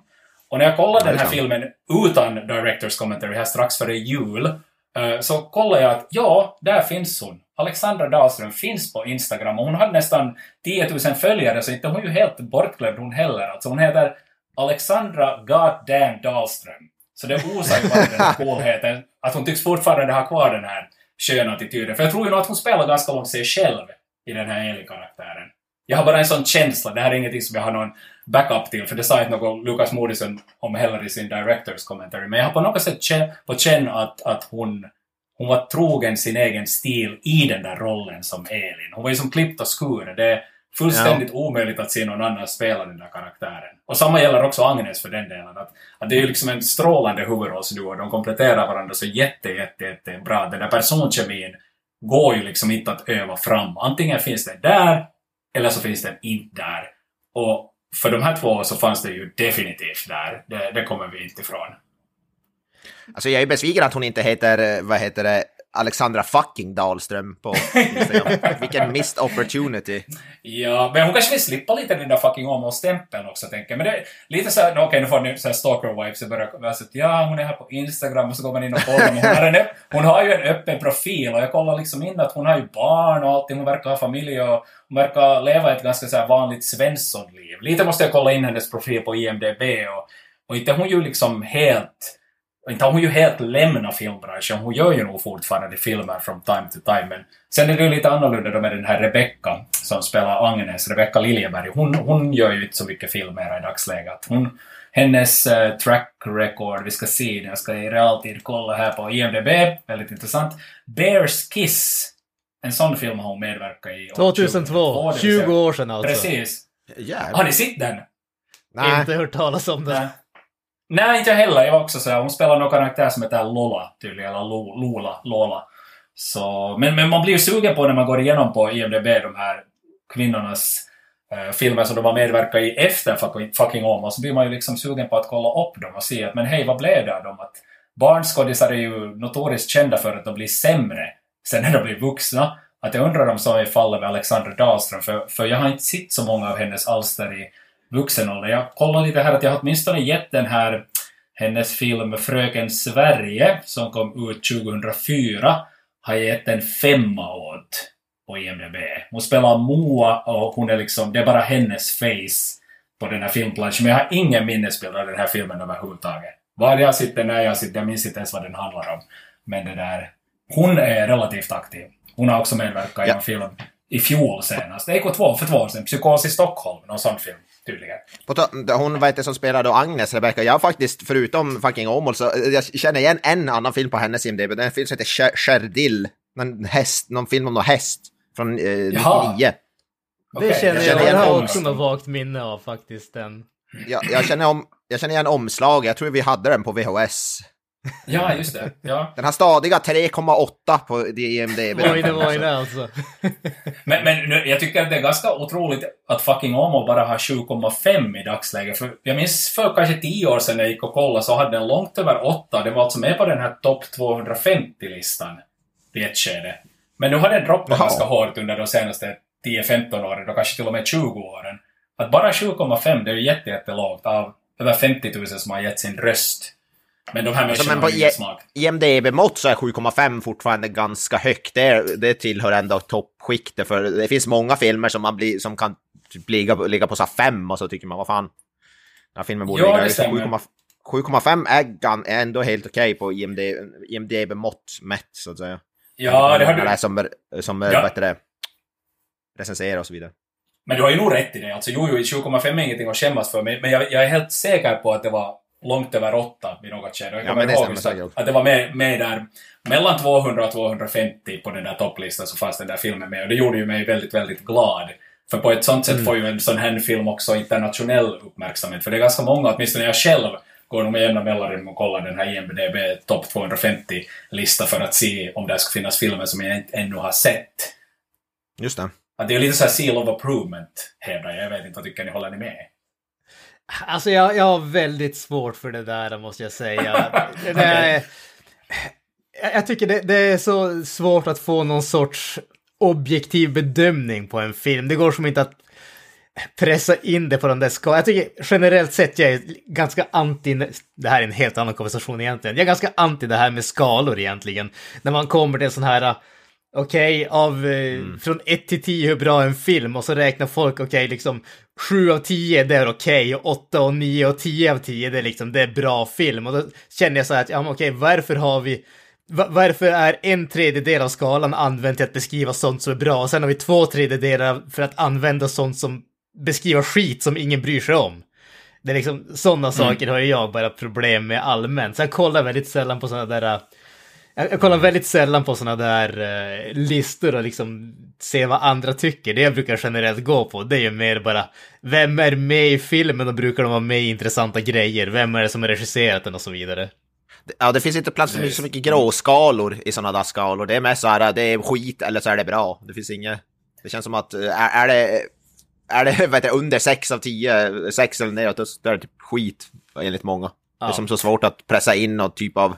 Och när jag kollade den här filmen utan Director's Commentary här strax före jul så kollade jag att ja, där finns hon. Alexandra Dahlström finns på Instagram och hon hade nästan tio tusen följare så inte hon är ju helt bortglömd hon heller. Alltså hon heter Alexandra Goddamn Dahlström. Så det är osagt vad den här coolheten att hon tycks fortfarande ha kvar den här sköna attityden. För jag tror ju nog att hon spelar ganska långt sig själv i den här Ellie-karaktären. Jag har bara en sån känsla, det här är ingenting som jag har någon backup till, för det sa inte något Lucas Moodysson om heller i sin Director's Commentary, men jag har på något sätt känn, på känn att, att hon, hon var trogen sin egen stil i den där rollen som Elin. Hon var ju som klippt och skuren, det är fullständigt ja. omöjligt att se någon annan spela den där karaktären. Och samma gäller också Agnes för den delen, att, att det är ju liksom en strålande huvudrollsduo, de kompletterar varandra så jätte, jätte, jätte bra. Den där personkemin går ju liksom inte att öva fram. Antingen finns det där, eller så finns den inte där. Och för de här två så fanns det ju definitivt där. Det, det kommer vi inte ifrån. Alltså jag är besviken att hon inte heter, vad heter det, Alexandra fucking Dahlström på Instagram. Vilken missed opportunity. Ja, men hon kanske vill slippa lite den där fucking Åmål-stämpeln också, tänker jag. Men det är lite så här, okej, okay, nu får ni så här stalker-vibes. Jag börjar säga att ja, hon är här på Instagram och så går man in och kollar. Hon har, en, hon har ju en öppen profil och jag kollar liksom in att hon har ju barn och allting. Hon verkar ha familj och hon verkar leva ett ganska så här vanligt Svensson-liv. Lite måste jag kolla in hennes profil på I M D B och, och inte hon ju liksom helt... Inte har hon ju helt lämnat filmbranschen. Hon gör ju nog fortfarande filmer from time to time. Men sen är det ju lite annorlunda då med den här Rebecca som spelar Agnes, Rebecca Liljeberg. Hon, hon gör ju inte så mycket filmer i dagsläget. Hon, hennes uh, track record, vi ska se, jag ska i realtid kolla här på I M D B. Väldigt intressant. Bears Kiss. En sån film har hon medverkat i. tjugohundratvå, tjugo år sedan alltså. Precis. Yeah. Har ni sett den? Nej. Inte hört talas om det. Nej, inte heller. Jag var också så här, hon spelar någon karaktär som heter Lola tydligen, eller Lola, Lola. Så, men, men man blir ju sugen på när man går igenom på I M D B de här kvinnornas eh, filmer som de har medverkat i efter fucking, fucking om. Och så blir man ju liksom sugen på att kolla upp dem och se att men hej, vad blev det av dem? Att barnskådisar är ju notoriskt kända för att de blir sämre sen när de blir vuxna. Att jag undrar om så är fallet med Alexandra Dahlström, för, för jag har inte sett så många av hennes alster i vuxenålder. Jag kollar lite här att jag har åtminstone gett den här hennes film Fröken Sverige som kom ut tjugohundrafyra har jag gett en femma åt på I M D B. Hon spelar Moa och hon är liksom, det är bara hennes face på den här filmplanschen, men jag har ingen minnesbild av den här filmen överhuvudtaget. Var jag sitter, när jag sitter, jag minns inte ens vad den handlar om. Men det där, hon är relativt aktiv. Hon har också medverkat i en film i fjol senast. Det gick två för två år sedan. Psykos i Stockholm, någon sån film. Tydligen. Hon vet det som spelar då Agnes, Rebecca. Jag har faktiskt, förutom fucking Åmål, så jag känner igen en annan film på hennes I M D B. Det är en film som heter Sherdil. Någon häst, någon film om någon häst från eh, nittionio. Det okay. känner jag, jag, jag har också något vagt minne av faktiskt den. Ja, jag känner om jag känner igen omslag. Jag tror vi hade den på V H S. Ja, just det. Ja. Den har stadiga tre komma åtta på I M D B. Oj, det var ju det alltså. men men nu, jag tycker att det är ganska otroligt att fucking Åmål bara har sju komma fem i dagsläget. För jag minns för kanske tio år sedan när jag gick och kollade så hade den långt över åtta. Det var alltså med på den här topp tvåhundrafemtio-listan vid ett skede. Men nu har den droppat wow. ganska hårt under de senaste tio femton åren och kanske till och med tjugo åren. Att bara sju komma fem, det är ju jätte, jättelågt av över femtio tusen som har gett sin röst. Men de här människorna alltså, har ingen smak. I M D B-mått så är sju komma fem fortfarande ganska högt. Det, det tillhör ändå toppskiktet. För det finns många filmer som, man blir, som kan ligga, ligga på så fem och så tycker man, vad fan. Den här filmen borde ja, ligga. sju komma fem är, är ändå helt okej okay på I M D B-mått mätt, så att säga. Ja, det har du. Det som, som ja. Vet det, recenserar och så vidare. Men du har ju nog rätt i det. Alltså, jo, jo, sju komma fem är ingenting att skämmas för. Men jag, jag är helt säker på att det var långt över åtta vid något skede. Jag kommer ja, ihåg att, att det var med, med där mellan tvåhundra och tvåhundrafemtio på den där topplistan så fanns den där filmen med. Och det gjorde ju mig väldigt, väldigt glad. För på ett sånt sätt mm. får ju en sån här film också internationell uppmärksamhet. För det är ganska många, åtminstone jag själv går nog med jämna mellanrum och kollar den här I M D B topp tvåhundrafemtio-lista för att se om det ska finnas filmer som jag inte ännu har sett. Just det. Att det är lite så här seal of approvement, hävdar jag. Jag vet inte vad tycker ni, håller ni med? Alltså jag, jag har väldigt svårt för det där, måste jag säga. det är, jag tycker det, det är så svårt att få någon sorts objektiv bedömning på en film. Det går som inte att... pressa in det på den där skalan. Jag tycker generellt sett jag är ganska anti, det här är en helt annan konversation egentligen, jag är ganska anti det här med skalor egentligen. När man kommer till en sån här, okej, okay, av mm. från ett till tio hur bra en film, och så räknar folk, okej, okay, liksom sju av tio det är okej, okay, och åtta och nio och tio av tio det är liksom, det är bra film. Och då känner jag så här att, ja men okej, okay, varför har vi varför är en tredjedel av skalan använd till att beskriva sånt som är bra, och sen har vi två tredjedelar för att använda sånt som beskriver skit som ingen bryr sig om. Det är liksom, sådana mm. saker har jag bara problem med allmänt. Så jag kollar väldigt sällan på sådana där jag kollar väldigt sällan på sådana där uh, listor och liksom se vad andra tycker. Det jag brukar generellt gå på, det är ju mer bara, vem är med i filmen och brukar de vara med i intressanta grejer, vem är det som har regisserat den och så vidare. Ja, det finns inte plats för så mycket gråskalor i sådana där skalor. Det är mest så här, det är skit eller så är det bra. Det finns inget. Det känns som att är, är det är det vet jag, under sex av tio, sex eller neråt, då är det typ skit enligt många. Ja. Det är som så svårt att pressa in någon typ av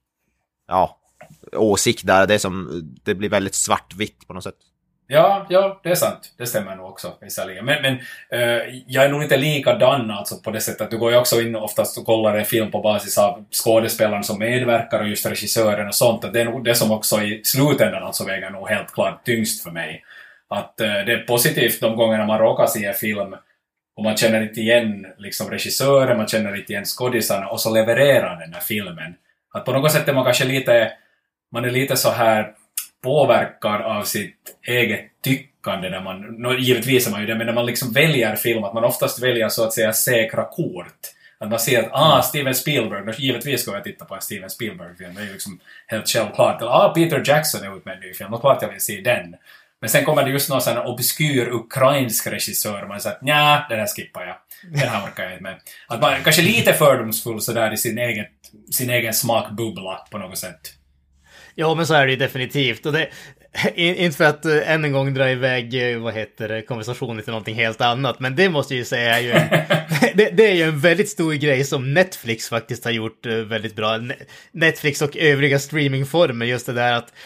ja, åsikt där. Det är som det blir väldigt svartvitt på något sätt. Ja, ja, det är sant. Det stämmer nog också. Men, men uh, jag är nog inte likadan alltså, på det sättet att du går ju också in oftast och kollar en film på basis av skådespelaren som medverkar och just regissören och sånt. Det är nog det som också i slutändan alltså väger nog helt klart tyngst för mig. Att uh, det är positivt de gångerna man råkar se en film och man känner inte igen liksom, regissören, man känner inte igen skådisarna och så levererar den här filmen. Att på något sätt är man kanske lite, man är lite så här påverkad av sitt eget tyckande när man, no, givetvis är man ju det, men när man liksom väljer film, att man oftast väljer så att säga säkra kort. Att man ser att, ah, Steven Spielberg, givetvis ska jag titta på en Steven Spielberg-film, det är ju liksom helt självklart. Eller, ah, Peter Jackson är ut med en ny film, och klart jag vill se den. Men sen kommer det just någon sån obskyr ukrainsk regissör, och man säger att nja, den här skippar jag. Den här orkar jag inte med. Att man kanske lite fördomsfull sådär i sin egen, sin egen smakbubbla på något sätt. Ja, men så är det ju definitivt. Och det, inte för att uh, än en gång dra iväg, uh, vad heter det, konversationen till någonting helt annat, men det måste jag ju säga är ju en, det, det är ju en väldigt stor grej som Netflix faktiskt har gjort uh, väldigt bra. Netflix och övriga streamingformer, just det där att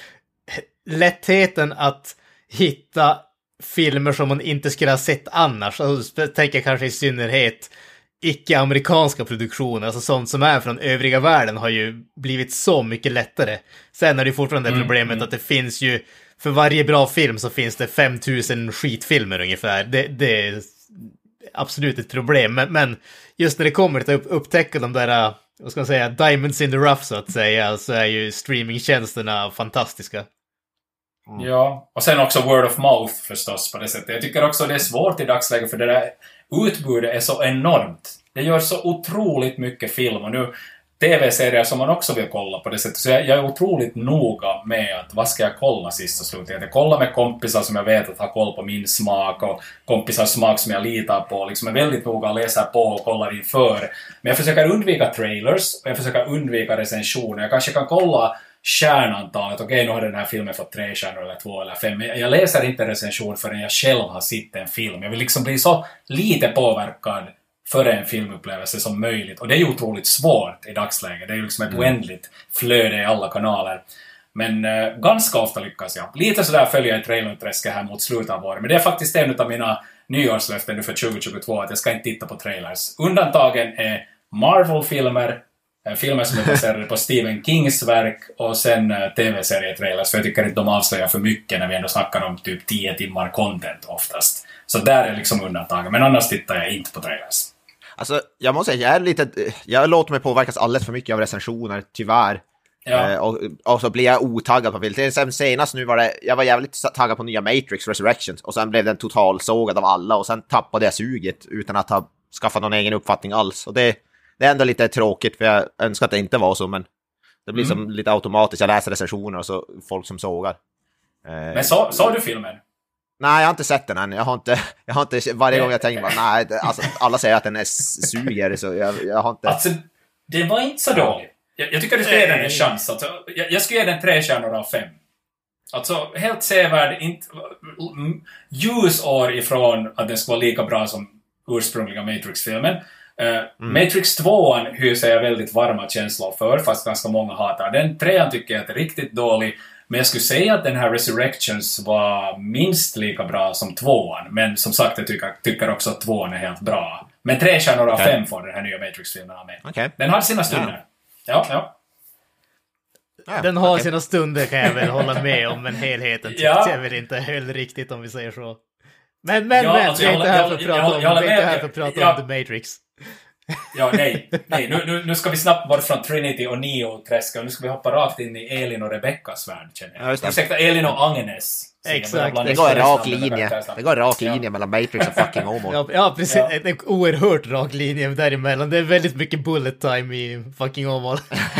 lättheten att hitta filmer som man inte skulle ha sett annars. Alltså, tänker jag kanske i synnerhet icke-amerikanska produktioner, alltså sånt som är från övriga världen, har ju blivit så mycket lättare. Sen är det fortfarande mm, problemet mm. att det finns ju, för varje bra film så finns det fem tusen skitfilmer ungefär. Det, det är absolut ett problem, men, men just när det kommer till att upptäcka de där, vad ska man säga, diamonds in the rough så att säga, så är ju streamingtjänsterna fantastiska. Mm. Ja, och sen också word of mouth förstås på det sättet. Jag tycker också det är svårt i dagsläget, för det där utbudet är så enormt. Det gör så otroligt mycket film, och nu tv-serier som man också vill kolla på det sättet. Så jag, jag är otroligt noga med att vad ska jag kolla sist och slutligen. Jag kollar med kompisar som jag vet att har koll på min smak, och kompisars smak som jag litar på. Liksom är väldigt noga och läser på och kollar inför. Men jag försöker undvika trailers och jag försöker undvika recensioner. Jag kanske kan kolla kärnantalet. Okej, okay, nu har den här filmen fått tre stjärnor eller två eller fem. Men jag läser inte recension förrän jag själv har sett en film. Jag vill liksom bli så lite påverkad före en filmupplevelse som möjligt. Och det är ju otroligt svårt i dagsläget. Det är ju liksom ett mm. oändligt flöde i alla kanaler. Men uh, ganska ofta lyckas jag. Lite sådär följer jag i trailerträsket här mot slutet av året. Men det är faktiskt en av mina nyårslöften nu för tjugo tjugotvå att jag ska inte titta på trailers. Undantagen är Marvel-filmer, filmer som är baserade på Stephen Kings verk, och sen uh, tv-serietrailers, för jag tycker inte de avslöjar för mycket när vi ändå snackar om typ tio timmar content oftast. Så där är liksom undantagen, men annars tittar jag inte på trailers. Alltså, jag måste säga, jag är lite, jag låter mig påverkas alldeles för mycket av recensioner, tyvärr. Ja. Eh, och, och så blir jag otaggad på film. Sen senast nu var det, jag var jävligt taggad på nya Matrix Resurrections, och sen blev den totalsågad av alla, och sen tappade jag suget utan att ha skaffat någon egen uppfattning alls. Och det, det är ändå lite tråkigt, för jag önskar att det inte var så, men det blir mm. som lite automatiskt. Jag läser recensioner och så folk som sågar. Eh, men så, såg du filmen? Nej, jag har inte sett den än. Jag har inte, jag har inte varje gång jag tänker bara, nej, det, alltså, alla säger att den är suger, så jag, jag har inte... Alltså, det var inte så dåligt. Jag, jag tycker du ska ge den en chans. Alltså, jag, jag ska ge den tre stjärnor av fem. Alltså, helt sevärd, inte ljusår ifrån att den ska vara lika bra som ursprungliga Matrix-filmen. Uh, mm. Matrix två hyser jag väldigt varma känslor för, fast ganska många hatar den. Trean tycker jag är riktigt dålig. Men jag skulle säga att den här Resurrections var minst lika bra som tvåan. Men som sagt, jag tycker, tycker också att tvåan är helt bra. Men tre stjärnor av okay. fem får den här nya Matrix-filmen av mig. Okay. Den har sina stunder. Ja, ja. ja den har okay. sina stunder kan jag väl hålla med om, men helheten tyckte ja. jag väl inte höll riktigt om vi säger så. Men, men, ja, men, alltså, vi är inte här för att prata om, jag, jag, jag, vi är inte här för att prata ja. om The Matrix. Ja, nej. nej. Nu, nu, nu ska vi snabbt bort från Trinity och Neo-träska och nu ska vi hoppa rakt in i Elin och Rebeckas värld, känner jag. Ja, ursäkta, Elin och Agnes. Exakt. Det går en rak linje. Det går en rak linje ja. mellan Matrix och fucking Homo. Ja, ja precis. Ja. En oerhört rak linje däremellan. Det är väldigt mycket bullet time i fucking Homo.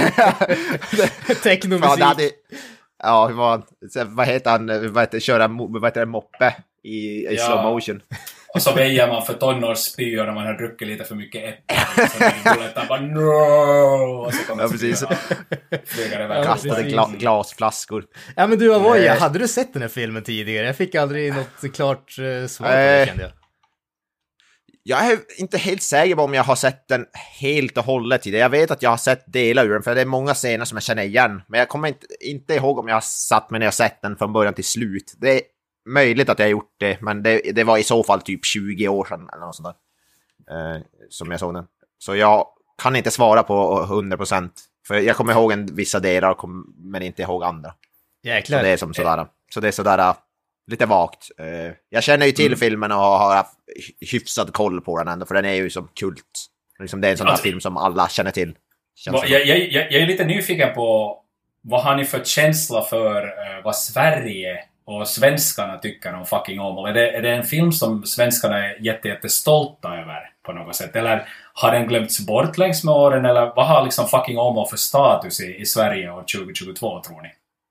Technomusik. Ja, hade... ja, vad, vad heter han? Vad heter, köra vad heter det, moppe i, i ja. slow motion. Och så väjer man för tonårsspyor när man har druckit lite för mycket äpplen. Så det bulletar bara no! Och så kommer ja, precis. ja, kastade gla- glasflaskor. Ja, men du Avoya, hade du sett den här filmen tidigare? Jag fick aldrig något klart uh, svar på det, kände jag. Jag är inte helt säker på om jag har sett den helt och hållet tidigare. Jag vet att jag har sett delar ur den, för det är många scener som jag känner igen. Men jag kommer inte, inte ihåg om jag har satt mig när jag sett den från början till slut. Det är möjligt att jag har gjort det, men det, det var i så fall typ tjugo år sedan eller något sånt där, eh, som jag såg den. Så jag kan inte svara på hundra procent. För jag kommer ihåg en vissa delar, men inte ihåg andra. Jäklar. Så det är som sådär. Så det är sådär lite vagt. Eh, jag känner ju till mm. filmen och har haft hyfsad koll på den ändå, för den är ju som kult. Liksom det är en sån där alltså, film som alla känner till. Jag, jag, jag, jag är lite nyfiken på vad har ni för känsla för uh, vad Sverige och svenskarna tycker om fucking Åmål. Är det, är det en film som svenskarna är jätte, jätte stolta över på något sätt? Eller har den glömts bort längs med åren? Eller vad har liksom fucking Åmål för status i, i Sverige år tjugo tjugotvå, tror ni?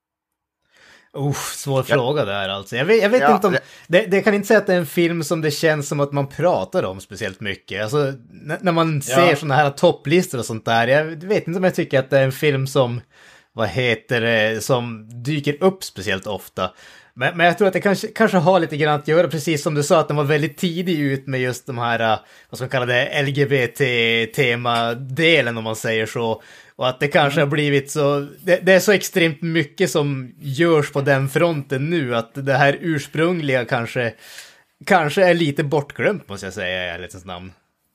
Oh, svår ja. fråga där alltså. Jag vet, jag vet ja, inte om... Det, det kan inte säga att det är en film som det känns som att man pratar om speciellt mycket. Alltså, n- när man ser ja. såna här topplistor och sånt där. Jag vet inte om jag tycker att det är en film som... Vad heter det? Som dyker upp speciellt ofta. Men, men jag tror att det kanske, kanske har lite grann att göra, precis som du sa, att den var väldigt tidig ut med just de här, vad ska man kalla det, L G B T-tema-delen om man säger så. Och att det kanske har blivit så, det, det är så extremt mycket som görs på den fronten nu, att det här ursprungliga kanske, kanske är lite bortglömt, måste jag säga i ärlighetens namn.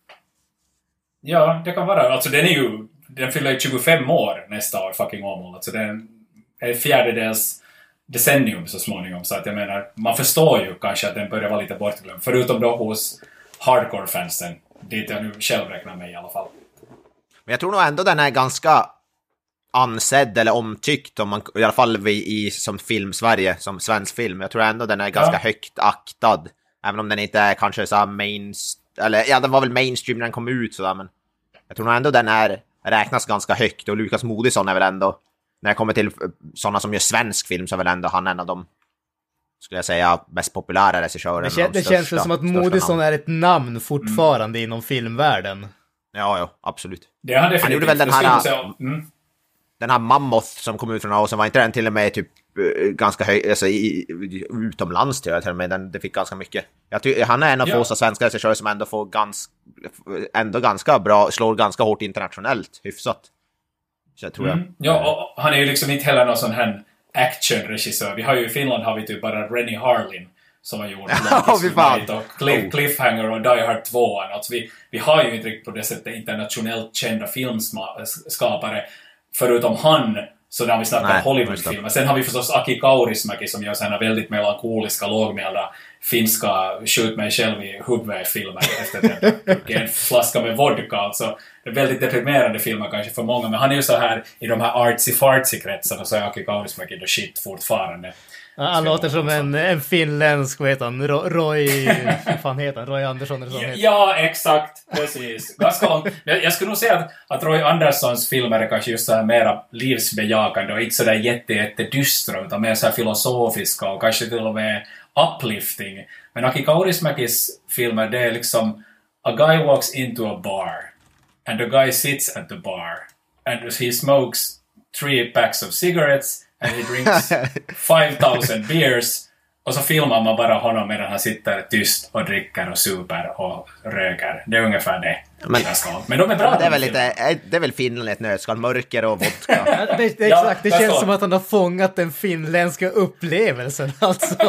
Ja, det kan vara. Alltså den är ju, den fyller tjugofem år nästa år, fucking Åmål. Alltså den är fjärdedels decennium så småningom, så att jag menar, man förstår ju kanske att den börjar vara lite bortglömd, förutom då hos hardcore-fansen, dit jag nu själv räknar mig i alla fall. Men jag tror nog ändå den är ganska ansedd eller omtyckt, om man, i alla fall vi i som film Sverige, som svensk film. Jag tror ändå den är ganska ja. högt aktad, även om den inte är kanske så main, eller ja, den var väl mainstream när den kom ut sådär, men jag tror nog ändå den är räknas ganska högt, och Lukas Moodysson är väl ändå, när det kommer till sådana som gör svensk film, så är väl ändå han en av de, skulle jag säga, mest populära regissörer. Det, kän- det största, känns väl som att Moodysson är ett namn fortfarande mm. inom filmvärlden. Ja, ja, absolut. Det han, han gjorde väl den här, mm. den här Mammoth som kom ut från oss, var inte den till och med typ ganska hög, alltså i, utomlands till och med, den, det fick ganska mycket. Jag ty- han är en av ja. få svenska regissörer som ändå får ganska, ändå ganska bra, slår ganska hårt internationellt, hyfsat. Så jag tror mm. jag. Ja, och han är ju liksom inte heller någon sån här actionregissör. Vi har ju i Finland har vi typ bara Rennie Harlin som har gjort ja, vi fan. och Cliff, Cliffhanger och Die Hard två. Alltså vi, vi har ju inte riktigt på det sättet internationellt kända filmskapare. Förutom han, så när vi snackar Hollywoodfilmer. Sen har vi förstås Aki Kaurismäki som gör sådana väldigt melankoliska, lågmälda finska skjut mig själv i huvudet-filmer efter att en flaska med vodka. Alltså, det är väldigt deprimerande filmer kanske för många, men han är ju så här i de här artsy-fartsy-kretsarna, så är Aki Kaurismäki the shit fortfarande. Ja, han låter som en, en finländsk, vad heter han, Roy, vad fan heter han, Roy Andersson eller så. Ja, ja, exakt, precis. Ganska långt. Jag, jag skulle nog säga att, att Roy Anderssons filmer är kanske just så här mera livsbejakande och inte så där jätte, jätte dystra, utan mer så här filosofiska och kanske till och med uplifting. Men Aki Kaurismäkis filmer, det är liksom a guy walks into a bar and the guy sits at the bar and he smokes three packs of cigarettes and he drinks five thousand beers Och så filmar man bara honom medan han sitter tyst och dricker och super och röker. Det är ungefär det. Men, men de är bra. Ja, det är väl lite, det är väl Finland ett nötskal, mörker och vodka. Ja, det, det, Ja, exakt, det jag känns står. som att han har fångat den finländska upplevelsen alltså.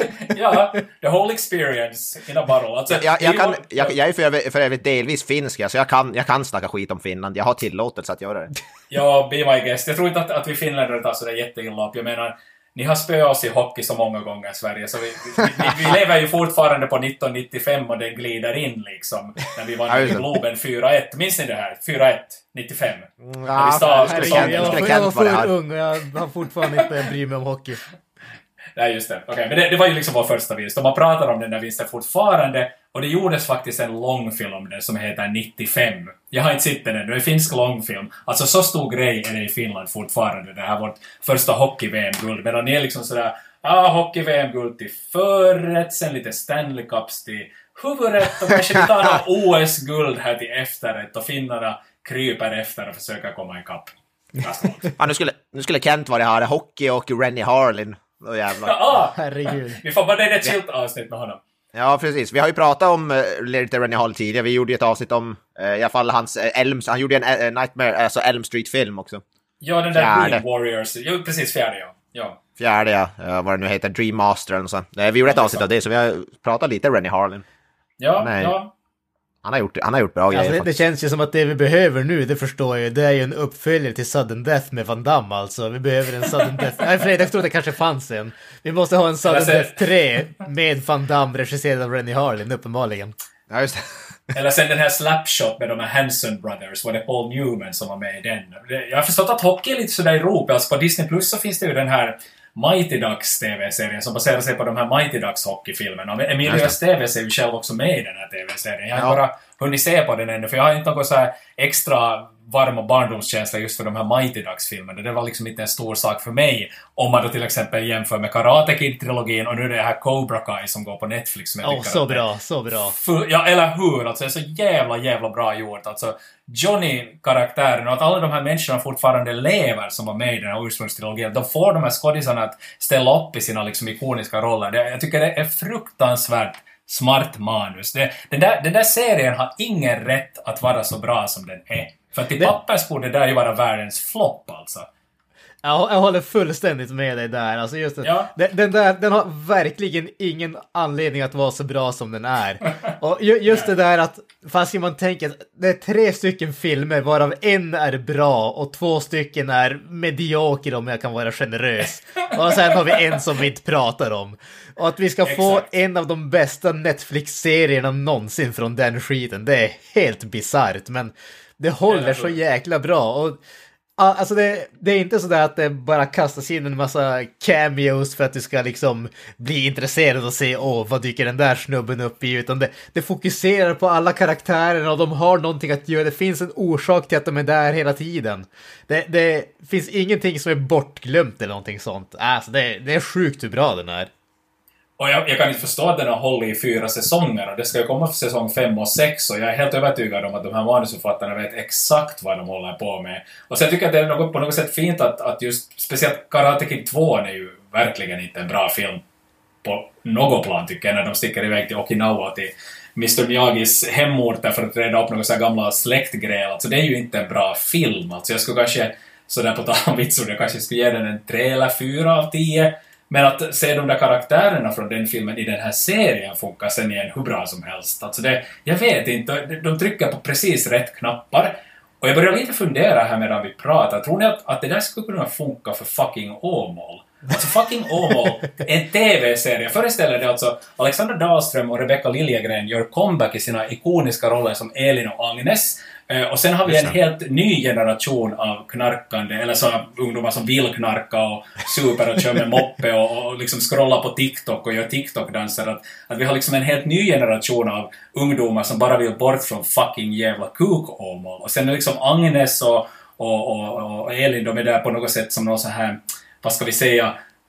Ja, the whole experience in a bottle. Alltså, Jag, jag, det är kan, ju- jag, jag är för övrigt, för övrigt delvis finsk, så jag kan, jag kan snacka skit om Finland. Jag har tillåtelse att göra det. Ja, be my guest. Jag tror inte att, att vi finländare tar så där jätteilla upp. Jag menar, ni har spöat oss i hockey så många gånger i Sverige, så vi, vi, vi, vi lever ju fortfarande på nitton nittiofem och den glider in liksom, när vi vann i Globen fyra ett. Minns ni det här? fyra ett nittiofem. När vi stal- Herregud, Kent- jag, var, skulle jag var Kent vara för här. ung och jag har fortfarande inte bryr mig om hockey. Nej, just det. Okej, men det, det var ju liksom vår första vinst. Och man pratar om den där vinsten fortfarande. Och det gjordes faktiskt en långfilm om den som heter nittiofem. Jag har inte sett den ännu. Det är en finsk långfilm. Alltså så stor grej är det i Finland fortfarande. Det här vårt första hockey-V M-guld. Medan ni är liksom sådär, ah, hockey-V M-guld till förrätt, sen lite Stanley Cups till huvudrätt. Och kanske vi tar någon O S-guld här till efterrätt. Och finnarna kryper efter och försöker komma ikapp. Ja, nu, skulle, nu skulle Kent vara här, hockey och Rennie Harlin. Åh, jävlar. Ah, Herregud. vi får bara det ett skilt avsnitt med honom. Ja, precis. Vi har ju pratat om uh, lite Rennie Harlin tidigare. Vi gjorde ju ett avsnitt om, uh, i alla fall hans uh, Elm, han gjorde en uh, Nightmare, alltså Elm Street-film också. Ja, den där Fjärde. Green Warriors. Jo, precis, fjärde, ja. ja. Fjärde, ja. Uh, vad det nu heter, Dream Master eller så. Uh, vi gjorde ett Ja, avsnitt av det, så vi har pratat lite Rennie Harlin. Ja, Nej. ja. Han har gjort, han har gjort bra grejer. Alltså, det, det faktiskt. känns ju som att det vi behöver nu, det förstår jag ju, det är ju en uppföljare till Sudden Death med Van Damme alltså. Vi behöver en Sudden Death. Nej, Fred, jag tror det kanske fanns en. Vi måste ha en Sudden Eller så- Death tre med Van Damme regisserad av Rennie Harlin, uppenbarligen. Ja, just det. Eller sen den här Slapshot med de här Hanson Brothers, var det Paul Newman som var med i den. Det- Jag har förstått att hockey är lite sådär i Europa. Alltså på Disney Plus så finns det ju den här Mighty Ducks T V-serien som baserar sig på de här Mighty Ducks hockeyfilmerna. Men Emilio Estevez är ju själv också med i den här T V-serien. Jag har Ja. bara hunnit se på den ännu, för jag har inte någon så här extra varm och barndomskänsla just för de här Mighty Ducks-filmerna. Det var liksom inte en stor sak för mig om man då till exempel jämför med Karate Kid-trilogin och nu det här Cobra Kai som går på Netflix. Som jag Åh, tycker så att det- bra, så bra. För, ja, eller hur? Alltså, det är så jävla, jävla bra gjort. Alltså, Johnny-karaktären och att alla de här människorna fortfarande lever som var med i den här ursprungstrilogin. De får de här skådisarna att ställa upp i sina liksom, ikoniska roller. Det, jag tycker det är fruktansvärt smart manus. Det, den, där, den där serien har ingen rätt att vara så bra som den är. För att i Det- pappers borde det där ju vara världens flopp alltså. Jag, jag håller fullständigt med dig där. Alltså just det, Ja. den, den där, den har verkligen ingen anledning att vara så bra som den är. Och ju, just det där att, fast man tänker att det är tre stycken filmer varav en är bra och två stycken är medioker om jag kan vara generös. Och sen har vi en som vi inte pratar om. Och att vi ska få Exakt. en av de bästa Netflix-serierna någonsin från den skiten, det är helt bizarrt. Men det håller Eller så hur? jäkla bra. Och ja, alltså det, det är inte sådär att det bara kastas in en massa cameos för att du ska liksom bli intresserad och se åh, vad dyker den där snubben upp i, utan det, det fokuserar på alla karaktärerna och de har någonting att göra. Det finns en orsak till att de är där hela tiden. Det, det finns ingenting som är bortglömt eller någonting sånt. Alltså det, det är sjukt hur bra den är. Och jag, jag kan inte förstå att den har hållit i fyra säsonger och det ska ju komma för säsong fem och sex och jag är helt övertygad om att de här manusförfattarna vet exakt vad de håller på med. Och sen tycker jag att det är något, på något sätt fint att, att just speciellt Karate Kid två är ju verkligen inte en bra film på något plan tycker jag, när de sticker iväg till Okinawa till mister Miyagis hemort där för att reda upp några så här gamla släktgrejer. Alltså det är ju inte en bra film. Alltså jag skulle kanske, sådär på tal om vitsord, jag kanske skulle ge den en tre eller fyra av tio. Men att se de där karaktärerna från den filmen i den här serien funkar sen igen hur bra som helst. Alltså det, jag vet inte, de, de trycker på precis rätt knappar. Och jag börjar lite fundera här medan vi pratar. Tror ni att, att det där skulle kunna funka för fucking Åmål? Alltså fucking Åmål, en tv-serie. Föreställer det alltså Alexander Dahlström och Rebecca Liljegren gör comeback i sina ikoniska roller som Elin och Agnes. Eh, och sen har vi en helt ny generation av knarkande, eller sådana ungdomar som vill knarka och super och kör med moppe och, och liksom scrollar på TikTok och gör TikTok-danser. Att, att vi har liksom en helt ny generation av ungdomar som bara vill bort från fucking jävla kuk-Åmål. Och sen är liksom Agnes och, och, och, och Elin, de är där på något sätt som någon så här, vad ska vi säga,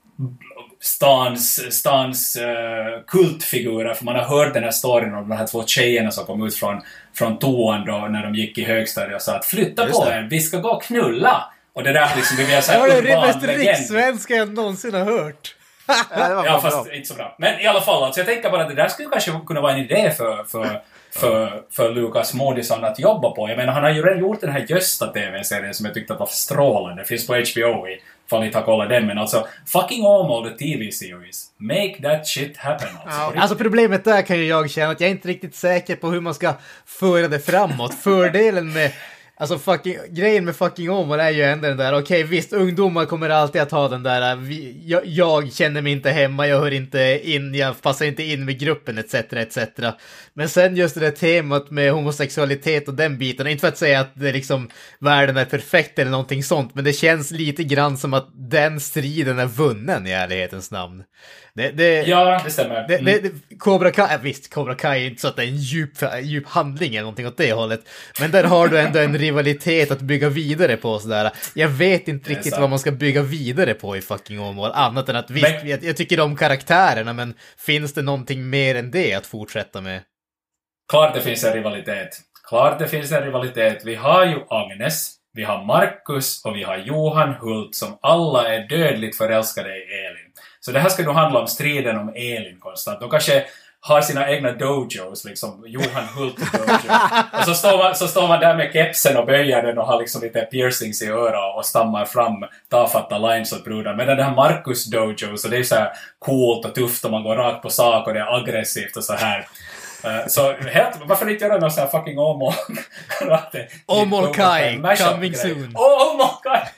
stans, stans uh, kultfigurer, för man har hört den här storyn om de här två tjejerna som kom ut från, från toan då när de gick i högstadiet och sa att flytta Just på det. er, vi ska gå och knulla. Och det där liksom, det blir så Det var här det urban mest legend. rikssvenska jag någonsin har hört. Ja, det var Ja, fan fast bra. inte så bra. Men i alla fall, alltså, jag tänker bara att det där skulle kanske kunna vara en idé för, för, för, för Lukas Moodysson att jobba på. Jag menar, han har ju redan gjort den här Gösta-T V-serien som jag tyckte att var strålande. Det finns på H B O i, ifall ni tar kolla den. Men alltså, fucking Åmål, the T V-series. Make that shit happen. Alltså, Ja, alltså problemet där kan ju jag känna att jag är inte riktigt säker på hur man ska föra det framåt. Fördelen med, alltså fucking, grejen med fucking Åmål är ju ändå den där, okej okay, visst, ungdomar kommer alltid att ha den där, vi, jag, jag känner mig inte hemma, jag hör inte in, jag passar inte in med gruppen etc, et cetera. Men sen just det där temat med homosexualitet och den biten, inte för att säga att det liksom, världen är perfekt eller någonting sånt, men det känns lite grann som att den striden är vunnen i ärlighetens namn. Det, det, ja, det stämmer. det, det, det, Cobra Kai, äh, visst, Cobra Kai är inte så att det är en djup, djup handling eller någonting åt det hållet. Men där har du ändå en rivalitet att bygga vidare på sådär. Jag vet inte riktigt sant. vad man ska bygga vidare på i fucking Åmål. Annat än att visst, Men- jag, jag tycker om karaktärerna, men finns det någonting mer än det att fortsätta med? Klart det finns en rivalitet. Klart det finns en rivalitet. Vi har ju Agnes, vi har Marcus och vi har Johan Hult som alla är dödligt förälskade i Elin. Så det här ska då handla om striden om Elin konstant. De kanske har sina egna dojos, liksom Johan Hult dojo. Och så står, man, så står man där med kepsen och böjer den och har liksom lite piercings i öra och stammar fram tafatta lines åt brudan. Men det här Marcus dojo, så det är så här coolt och tufft och man går rakt på sak och det är aggressivt och så här. Uh, så helt, varför inte göra någon sån här fucking Åmål karate? Åmål Kai, Mashup coming grej. soon. Åh, Åmål Kai!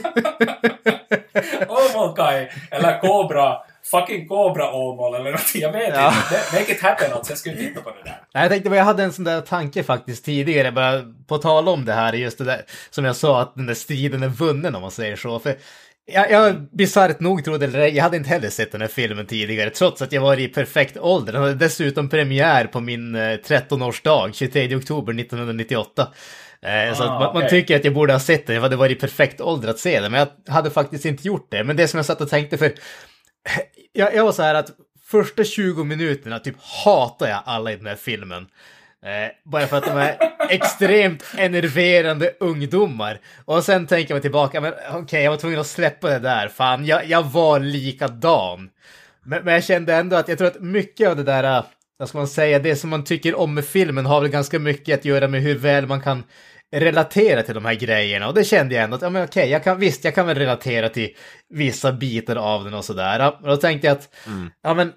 Åmål Kai! Eller Cobra, fucking Cobra Åmål eller något, jag vet Ja. inte. Make it happen, alltså, jag skulle titta på det där. Nej, jag tänkte, jag hade en sån där tanke faktiskt tidigare, bara på tal om det här, just det där, som jag sa, att den där striden är vunnen om man säger så, för jag, jag bisarrt nog trodde, eller jag hade inte heller sett den här filmen tidigare, trots att jag var i perfekt ålder. Den hade dessutom premiär på min eh, tretton-årsdag, tjugotredje oktober nittonhundranittioåtta. Eh, så Ah, att man, man okej. tycker att jag borde ha sett den, jag hade varit i perfekt ålder att se den, men jag hade faktiskt inte gjort det. Men det som jag satt och tänkte, för jag, jag var så här att första tjugo minuterna typ hatar jag alla i den här filmen. Eh, bara för att de är extremt enerverande ungdomar. Och sen tänker man tillbaka, men okej, okay, jag var tvungen att släppa det där. Fan, jag, jag var likadan. Men, men jag kände ändå att jag tror att mycket av det där, vad ska man säga, det som man tycker om med filmen har väl ganska mycket att göra med hur väl man kan relatera till de här grejerna. Och det kände jag ändå att, ja men okej, jag kan, visst, jag kan väl relatera till vissa bitar av den och sådär. Och då tänkte jag att, mm. ja men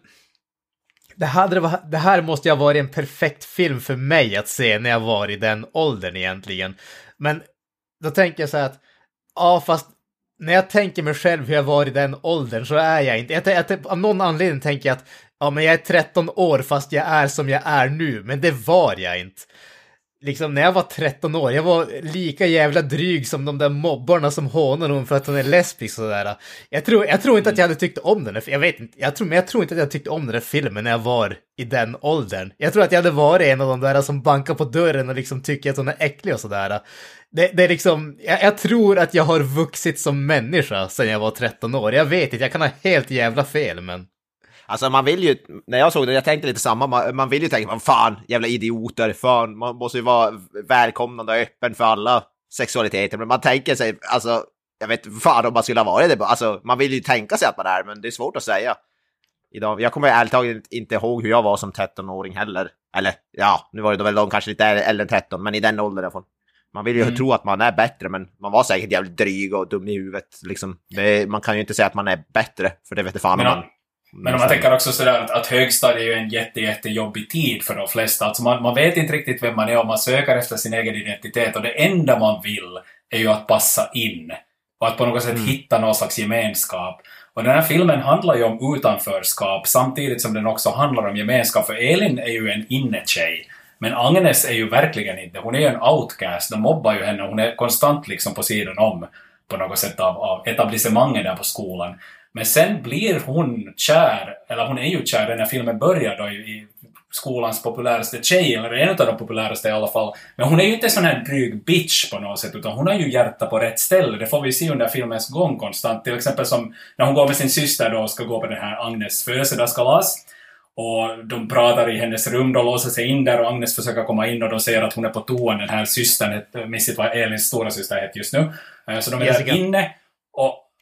Det, hade, det här måste ju ha varit en perfekt film för mig att se när jag var i den åldern egentligen. Men då tänker jag så här att, ja fast när jag tänker mig själv hur jag var i den åldern så är jag inte. Jag, jag, av någon anledning tänker jag att, ja men jag är tretton år fast jag är som jag är nu. Men det var jag inte. Liksom när jag var tretton år, jag var lika jävla dryg som de där mobbarna som hånar hon för att hon är lesbisk och sådär. Jag tror, jag tror inte att jag hade tyckt om den här, jag vet inte, jag tror, men jag tror inte att jag tyckte om den här filmen när jag var i den åldern. Jag tror att jag hade varit en av de där som bankar på dörren och liksom tycker att hon är äcklig och sådär. Det, det är liksom, jag, jag tror att jag har vuxit som människa sedan jag var tretton år. Jag vet inte, jag kan ha helt jävla fel, men... Alltså man vill ju, när jag såg det, jag tänkte lite samma, man, man vill ju tänka, fan, jävla idioter, fan, man måste ju vara välkomnande och öppen för alla sexualiteter, men man tänker sig, alltså, jag vet fan om man skulle ha varit det, alltså, man vill ju tänka sig att man är, men det är svårt att säga. Idag, jag kommer ärligt taget inte ihåg hur jag var som tretton-åring heller, eller, ja, nu var det väl de kanske lite äldre än tretton, men i den åldern i alla fall. Man vill ju mm. tro att man är bättre, men man var säkert jävligt dryg och dum i huvudet, liksom. Det, man kan ju inte säga att man är bättre, för det vet inte fan om man... Men om man tänker också sådär att, att högstadiet är ju en jätte, jättejobbig tid för de flesta. Alltså man, man vet inte riktigt vem man är och man söker efter sin egen identitet. Och det enda man vill är ju att passa in. Och att på något sätt mm. hitta någon slags gemenskap. Och den här filmen handlar ju om utanförskap samtidigt som den också handlar om gemenskap. För Elin är ju en innetjej. Men Agnes är ju verkligen inte. Hon är ju en outcast. De mobbar ju henne. Hon är konstant liksom på sidan om på något sätt av, av etablissemanget där på skolan. Men sen blir hon kär, eller hon är ju kär, den här filmen börjar då i, i skolans populäraste tjej, eller en av de populäraste i alla fall. Men hon är ju inte sån här dryg bitch på något sätt, utan hon har ju hjärta på rätt ställe. Det får vi se under filmens gång konstant. Till exempel som när hon går med sin syster då och ska gå på den här Agnes födelsedagskalas. Och de pratar i hennes rum, då låser sig in där och Agnes försöker komma in och de säger att hon är på toan, den här systern, missigt vad Elins stora syster heter just nu. Så de är Jessica. där inne och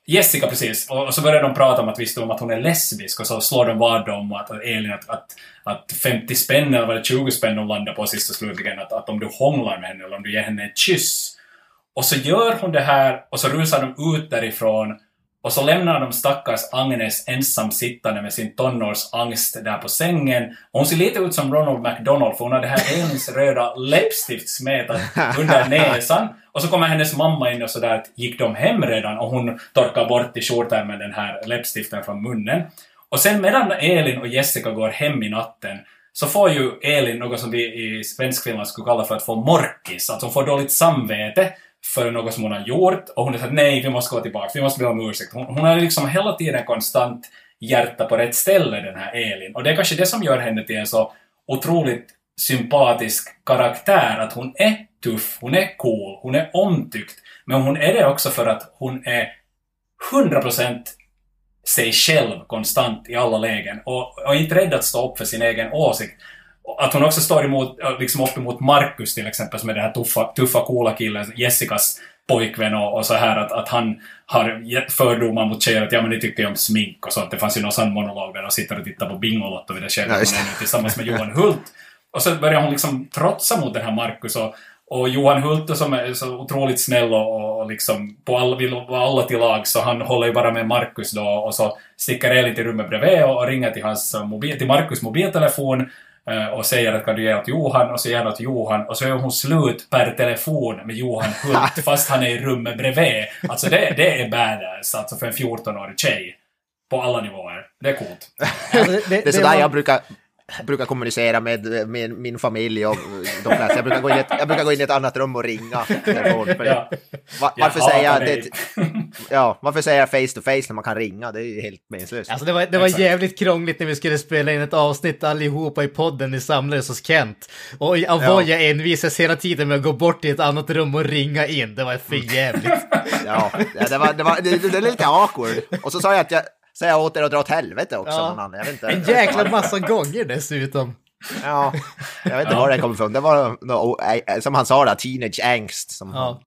Jessica, precis. Och, och så börjar de prata om att visste om att hon är lesbisk och så slår de vad om att, att Elin att, att, att femtio spänn eller var det tjugo spänn de landar på sist och slutligen att, att om du hånglar med henne eller om du ger henne en kyss. Och så gör hon det här och så rusar de ut därifrån och så lämnar de stackars Agnes ensam sittande med sin tonårsangst där på sängen. Och hon ser lite ut som Ronald McDonald för hon har det här Elins röda läppstift smetat under näsan. Och så kommer hennes mamma in och så där att gick de hem redan och hon torkar bort i skjortärmen den här läppstiften från munnen. Och sen medan Elin och Jessica går hem i natten så får ju Elin något som vi i svenskfilmen skulle kalla för att få morkis. Att hon får dåligt samvete för något som hon har gjort och hon har sagt nej, vi måste gå tillbaka, vi måste be om ursäkt. Hon, hon har liksom hela tiden konstant hjärta på rätt ställe, den här Elin. Och det är kanske det som gör henne till en så otroligt sympatisk karaktär, att hon är tuff, hon är cool, hon är omtyckt. Men hon är det också för att hon är hundra procent sig själv konstant i alla lägen och, och inte rädd att stå upp för sin egen åsikt. Att hon också står emot, liksom upp emot Marcus till exempel, som är den här tuffa, tuffa coola killen, Jessicas pojkvän och, och så här att, att han har gett fördomar mot tjejer att ja men det tycker jag om smink och sånt. Det fanns ju någon sån monolog där och sitter och tittar på Bingolotto vid det skedet hon är nu tillsammans med Johan Hult. Och så börjar hon liksom trotsa mot den här Marcus och, och Johan Hult som är så otroligt snäll och, och liksom på alla, vill vara alla till lag, så han håller ju bara med Marcus då och så sticker Elin till rummet bredvid och, och ringer till hans mobil, till Marcus mobiltelefon och säger att kan du ge åt Johan och så ger åt Johan och så är hon slut per telefon med Johan Hult fast han är i rummet bredvid. Alltså det, det är badass alltså för en fjorton-årig tjej på alla nivåer. Det är coolt. Alltså det, det, det är sådär var... jag brukar brukar kommunicera med, med min familj och de flesta. Jag brukar gå in i ett, jag brukar gå in i ett annat rum och ringa. Ja. Var, varför, säger jag det, ja, varför säger jag face to face när man kan ringa? Det är ju helt meningslöst. Alltså det var, det var jävligt krångligt när vi skulle spela in ett avsnitt allihopa i podden i samlades hos Kent. Och Avoya ja. envisas hela tiden med att gå bort till ett annat rum och ringa in. Det var för jävligt. Ja, det var, det, var, det, det är lite awkward. Och så sa jag att jag Så jag åt er och dra åt helvete också. Ja. Någon jag vet inte. En jäkla massa gånger dessutom. Ja, jag vet inte ja. var det kommer ifrån. Det var no, som han sa där, teenage angst. Som ja.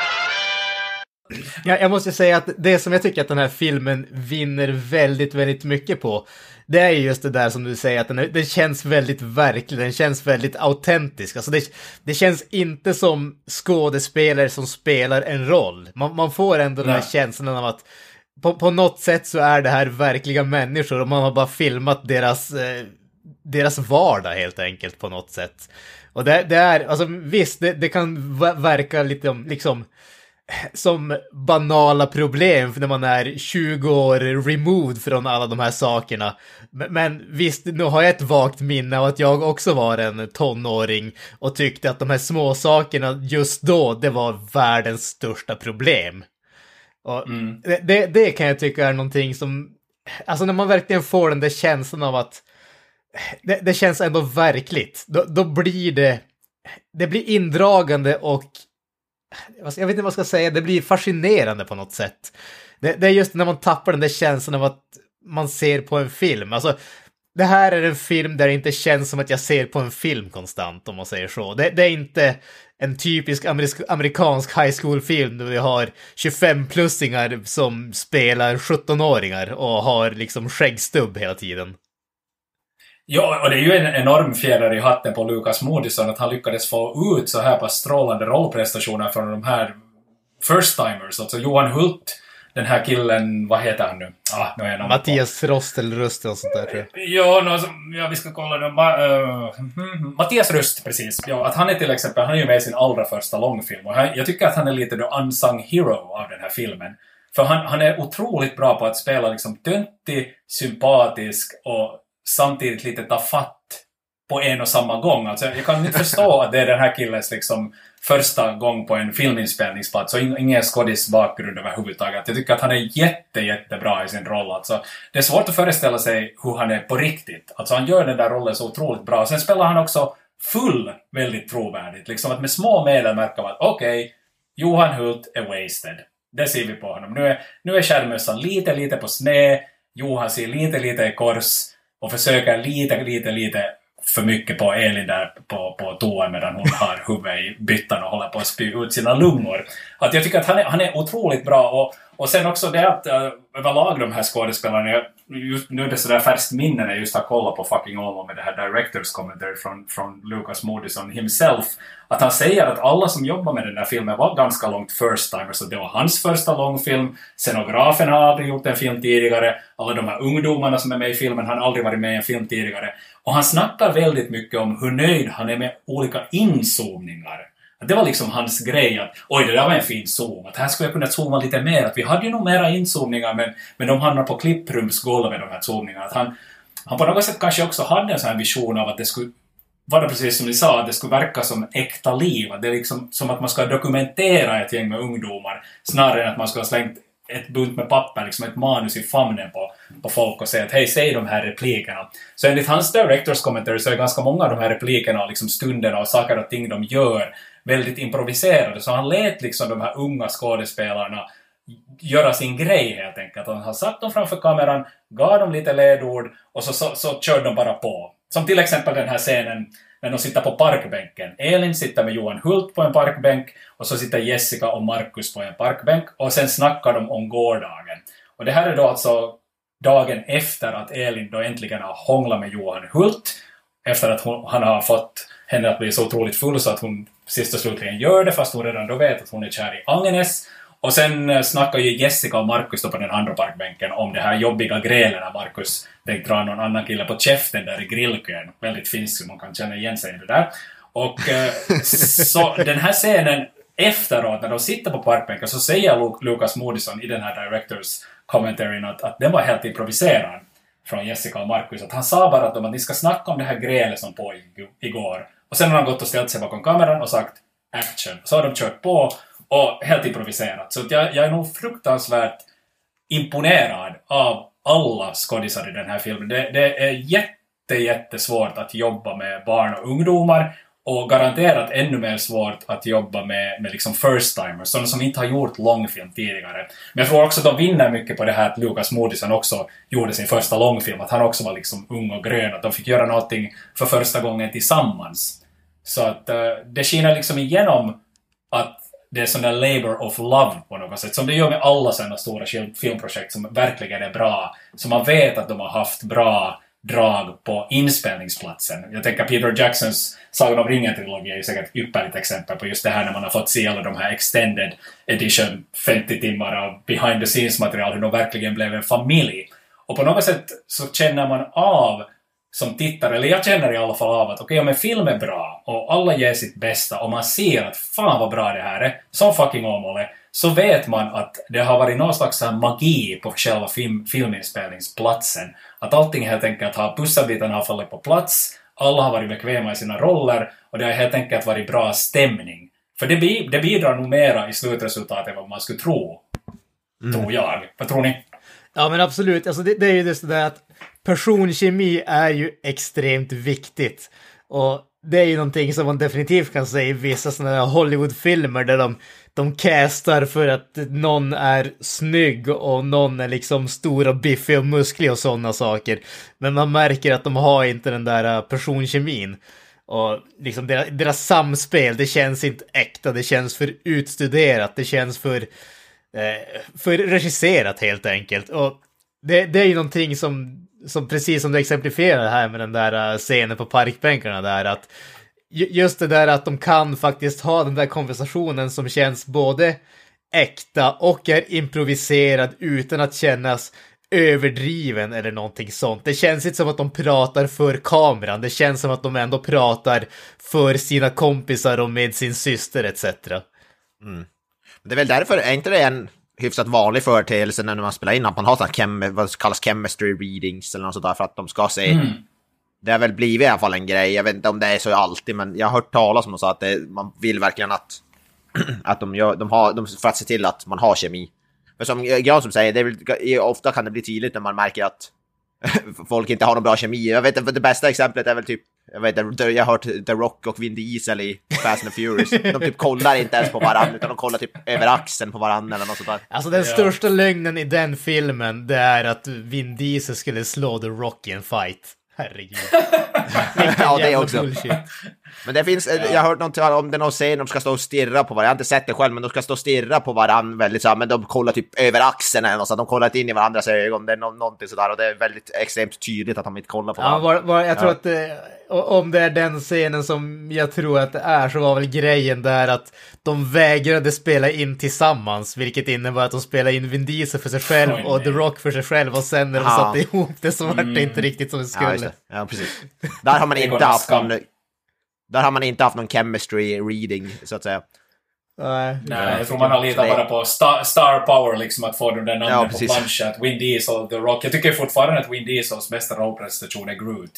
Ja, jag måste säga att det som jag tycker att den här filmen vinner väldigt, väldigt mycket på, det är just det där som du säger, att den, den känns väldigt verklig, den känns väldigt autentisk. Alltså det, det känns inte som skådespelare som spelar en roll. Man, man får ändå den här känslan av att På, på något sätt så är det här verkliga människor och man har bara filmat deras, eh, deras vardag helt enkelt på något sätt. Och det, det är, alltså visst, det, det kan verka lite liksom som banala problem när man är tjugo år removed från alla de här sakerna. Men, men visst, nu har jag ett vagt minne av att jag också var en tonåring och tyckte att de här små sakerna just då, det var världens största problem. Och mm. det, det kan jag tycka är någonting som, alltså när man verkligen får den där känslan av att det, det känns ändå verkligt, då, då blir det det blir indragande och jag vet inte vad jag ska säga, det blir fascinerande på något sätt. Det, det är just när man tappar den där känslan av att man ser på en film. Alltså det här är en film där det inte känns som att jag ser på en film konstant, om man säger så. Det, det är inte en typisk amerik- amerikansk high school-film där vi har tjugofem-plussingar som spelar sjutton-åringar och har liksom skäggstubb hela tiden. Ja, och det är ju en enorm fjäder i hatten på Lucas Moodysson att han lyckades få ut så här på strålande rollprestationer från de här first-timers. Alltså Johan Hult, den här killen, vad heter han nu? Ah, nu är Mattias Röst eller Röst och sånt där, tror jag. Ja, no, ja, vi ska kolla nu. Ma- uh, mm, Mattias Röst, precis. Ja, att han är till exempel, han är ju med i sin allra första långfilm. Och han, jag tycker att han är lite the unsung hero av den här filmen. För han, han är otroligt bra på att spela liksom töntig, sympatisk och samtidigt lite ta fatt på en och samma gång. Alltså, jag kan inte förstå att det är den här killens liksom första gång på en filminspelningsplats och ingen skådis bakgrund överhuvudtaget. Jag tycker att han är jätte, jättebra i sin roll. Alltså, det är svårt att föreställa sig hur han är på riktigt. Alltså, han gör den där rollen så otroligt bra. Sen spelar han också full väldigt trovärdigt. Liksom att med små medel märker man att okej, okay, Johan Hult är wasted. Det ser vi på honom. Nu är, nu är skärmössan lite, lite på sned. Johan ser lite, lite i kors och försöker lite, lite, lite för mycket på Elin där på, på toan medan hon har huvudet i byttan och håller på att spy ut sina lungor. Att jag tycker att han är, han är otroligt bra och, Och sen också det att uh, överlag de här skådespelarna, just nu är det sådär färskt minne när jag just har kollat på fucking Alma med det här director's commentary från, från Lucas Moodysson himself, att han säger att alla som jobbar med den där filmen var ganska långt first timer, så det var hans första långfilm, scenografen har aldrig gjort en film tidigare, alla de här ungdomarna som är med i filmen har aldrig varit med i en film tidigare, och han snackar väldigt mycket om hur nöjd han är med olika inzoomningar. Det var liksom hans grej att oj, det där var en fin zoom, att här skulle jag kunna zooma lite mer, att vi hade ju nog mera inzoomningar, men, men de hamnar på klipprumsgolvet, de här zoomningarna, att han, han på något sätt kanske också hade en sån här vision av att det skulle vara precis som ni sa, att det skulle verka som äkta liv, att det är liksom som att man ska dokumentera ett gäng med ungdomar snarare än att man ska ha slängt ett bunt med papper, liksom ett manus i famnen på, på folk och säga att hej, säg de här replikerna. Så enligt hans director's commentary så är ganska många av de här replikerna, liksom stunderna och saker och ting de gör väldigt improviserade. Så han lät liksom de här unga skådespelarna göra sin grej helt enkelt. Han har satt dem framför kameran, gav dem lite ledord och så, så, så körde de bara på. Som till exempel den här scenen när de sitter på parkbänken. Elin sitter med Johan Hult på en parkbänk och så sitter Jessica och Marcus på en parkbänk och sen snackar de om gårdagen. Och det här är då alltså dagen efter att Elin då äntligen har hånglat med Johan Hult, efter att hon, han har fått henne att bli så otroligt full så att hon sist och slutligen gör det, fast hon redan då vet att hon är kär i Agnes. Och sen snackar ju Jessica och Marcus då på den andra parkbänken om det här jobbiga grälen när Marcus tänkte dra någon annan kille på käften där i grillkön. Väldigt finsk, man kan känna igen sig i det där. Och så den här scenen efteråt när de sitter på parkbänken så säger Lucas Moodysson i den här director's commentary att, att den var helt improviserad från Jessica och Marcus. Att han sa bara att, de, att ni ska snacka om det här grälet som pågick igår. Och sen har han gått och ställt sig bakom kameran och sagt action. Så har de kört på och helt improviserat. Så jag, jag är nog fruktansvärt imponerad av alla skådisar i den här filmen. Det, det är jätte, jättesvårt att jobba med barn och ungdomar och garanterat ännu mer svårt att jobba med, med liksom first-timers, sådana som inte har gjort långfilm tidigare. Men jag tror också att de vinner mycket på det här att Lucas Moodysson också gjorde sin första långfilm, att han också var liksom ung och grön, att de fick göra någonting för första gången tillsammans. Så att uh, det skiner liksom igenom att det är sån där labor of love på något sätt, som det gör med alla sådana stora filmprojekt som verkligen är bra, som man vet att de har haft bra drag på inspelningsplatsen. Jag tänker Peter Jacksons Sagan om ringen-trilogi är ju säkert ett ypperligt exempel på just det här när man har fått se alla de här extended edition femtio timmar av behind the scenes material, hur de verkligen blev en familj. Och på något sätt så känner man av som tittare, eller jag känner i alla fall av att okej, okay, om en film är bra och alla ger sitt bästa och man ser att fan vad bra det här är, som fucking Åmåle, så vet man att det har varit någon slags magi på själva film, filminspelningsplatsen. Att allting helt enkelt har, pusselbitarna har fallit på plats, alla har varit bekväma i sina roller och det har helt enkelt varit bra stämning. För det, bi, det bidrar nog mera i slutresultatet än vad man skulle tro. Mm. Tror jag. Vad tror ni? Ja, men absolut. Alltså det, det är ju det sådär att personkemi är ju extremt viktigt. Och det är ju någonting som man definitivt kan säga i vissa sådana här Hollywoodfilmer där de, de castar för att någon är snygg och någon är liksom stor och biffig och musklig och sådana saker. Men man märker att de har inte den där personkemin. Och liksom deras, deras samspel, det känns inte äkta, det känns för utstuderat, det känns för, eh, för regisserat helt enkelt. Och det, det är ju någonting som, som precis som du exemplifierar här med den där scenen på parkbänkarna där, att just det där att de kan faktiskt ha den där konversationen som känns både äkta och är improviserad utan att kännas överdriven eller någonting sånt. Det känns inte som att de pratar för kameran. Det känns som att de ändå pratar för sina kompisar och med sin syster et cetera. Mm. Det är väl därför, är inte det en hyfsat vanlig företeelse när man spelar in att man har sådana chem- vad kallas chemistry readings eller något sånt där för att de ska se. Mm. Det har väl blivit i alla fall en grej. Jag vet inte om det är så alltid, men jag har hört talas om att det, man vill verkligen att att de gör, de har, de, för att se till att man har kemi. Men som Jan som säger, det är väl, ofta kan det bli tydligt när man märker att folk inte har någon bra kemi. Jag vet inte, det bästa exemplet är väl typ, jag vet inte, jag har hört The Rock och Vin Diesel i Fast and Furious. De typ kollar inte ens på varandra, utan de kollar typ över axeln på varandra eller något sånt där. Alltså den största lögnen i den filmen, det är att Vin Diesel skulle slå The Rock i en fight. Herregud. Ja, det är också. Bullshit. Men det finns, ja. jag har hört någonting om det någon scen de ska stå och stirra på varandra. Jag har inte sett det själv, men de ska stå och stirra på varandra väldigt så här, men de kollar typ över axeln eller något, så att de kollar inte in i varandras ögon. Det är no- någonting sådär, och det är väldigt extremt tydligt att de inte kollar på varandra. Ja, var, var, jag tror ja. att det, om det är den scenen som jag tror att det är, så var väl grejen där att de vägrade spela in tillsammans, vilket innebar att de spelade in Vin Diesel för sig själv Oj, och The Rock för sig själv, och sen när de ja. satte ihop det så var det mm. inte riktigt som det skulle. Ja, det. Ja, precis. Där har man inte haft någon, där har man inte haft någon chemistry reading, så att säga. Nej, Nej, jag tror man har litat bara på star, star power, liksom att få den där namnen ja, på planscher. Vin Diesel, The Rock. Jag tycker fortfarande att Vin Diesels bästa rollprestation är Groot.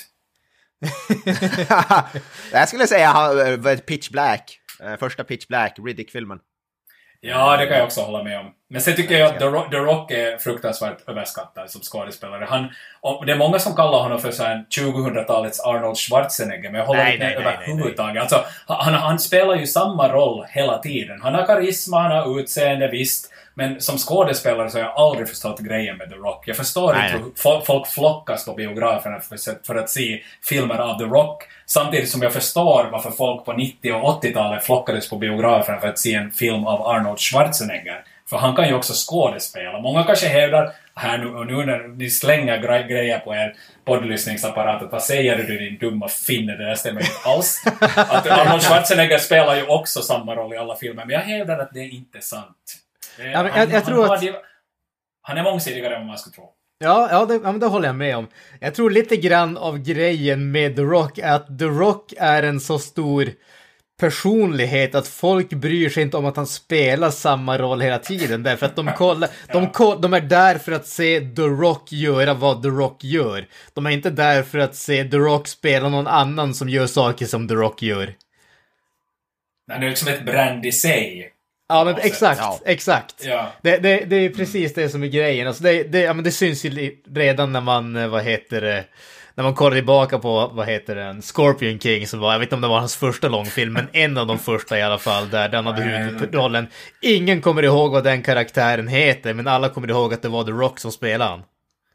Jag skulle säga Pitch Black. Första Pitch Black, Riddick-filmen. Ja, det kan jag också hålla med om. Men sen tycker jag att The Rock, The Rock är fruktansvärt överskattad som skådespelare. Han, och det är många som kallar honom för så här tjugohundratalets Arnold Schwarzenegger, men jag håller nej, inte nej, överhuvudtaget. Alltså, han, han spelar ju samma roll hela tiden. Han har karisma, han har utseende, visst. Men som skådespelare så har jag aldrig förstått grejen med The Rock. Jag förstår nej, inte hur folk flockas på biograferna för, för att se filmer av The Rock. Samtidigt som jag förstår varför folk på nittio- och åttiotalet flockades på biograferna för att se en film av Arnold Schwarzenegger. För han kan ju också skådespela. Många kanske hävdar, här nu, och nu när ni slänger gre- grejer på er poddlyssningsapparat, vad säger du din dumma finne? Det där stämmer inte alls. Att Arnold Schwarzenegger spelar ju också samma roll i alla filmer. Men jag hävdar att det är inte sant. Det, ja, men jag, jag han, tror han, att... han, han är mångsidigare än vad man skulle tro. Ja, ja, det, ja, men det håller jag med om. Jag tror lite grann av grejen med The Rock är att The Rock är en så stor personlighet att folk bryr sig inte om att han spelar samma roll hela tiden. Därför att de, kollar, de, de är där för att se The Rock göra vad The Rock gör. De är inte där för att se The Rock spela någon annan som gör saker som The Rock gör. Nej, det är liksom ett brand i sig. Ja, men exakt, ja. exakt. Ja. Det, det, det är precis det som är grejen. Alltså det, det, ja, men det syns ju redan när man, vad heter det, när man kollar tillbaka på, vad heter det, Scorpion King som var, jag vet inte om det var hans första långfilm, men en av de första i alla fall, där den hade huvudrollen. Ingen kommer ihåg vad den karaktären heter, men alla kommer ihåg att det var The Rock som spelade han.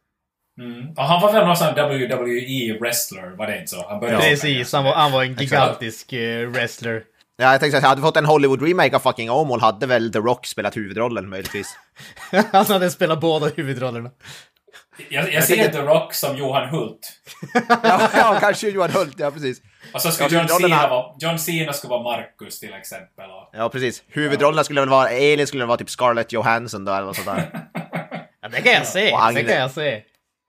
Mm. Och han var väl någon sån W W E-wrestler, var det inte så? Han började precis, han var, han var en gigantisk uh, wrestler. Ja, jag tänkte att jag hade fått en Hollywood-remake av fucking Åmål hade väl The Rock spelat huvudrollen möjligtvis. Han hade spelat båda huvudrollerna. Jag, jag, jag ser tänkte... The Rock som Johan Hult. ja, ja, kanske Johan Hult, ja precis. Och så skulle ja, John, Cena vara, John Cena skulle vara Marcus till exempel. Och... Ja, precis. Huvudrollerna ja. skulle väl vara, Alien skulle vara typ Scarlett Johansson då, eller något sånt där. Ja, det kan jag se, det kan jag se. Ja.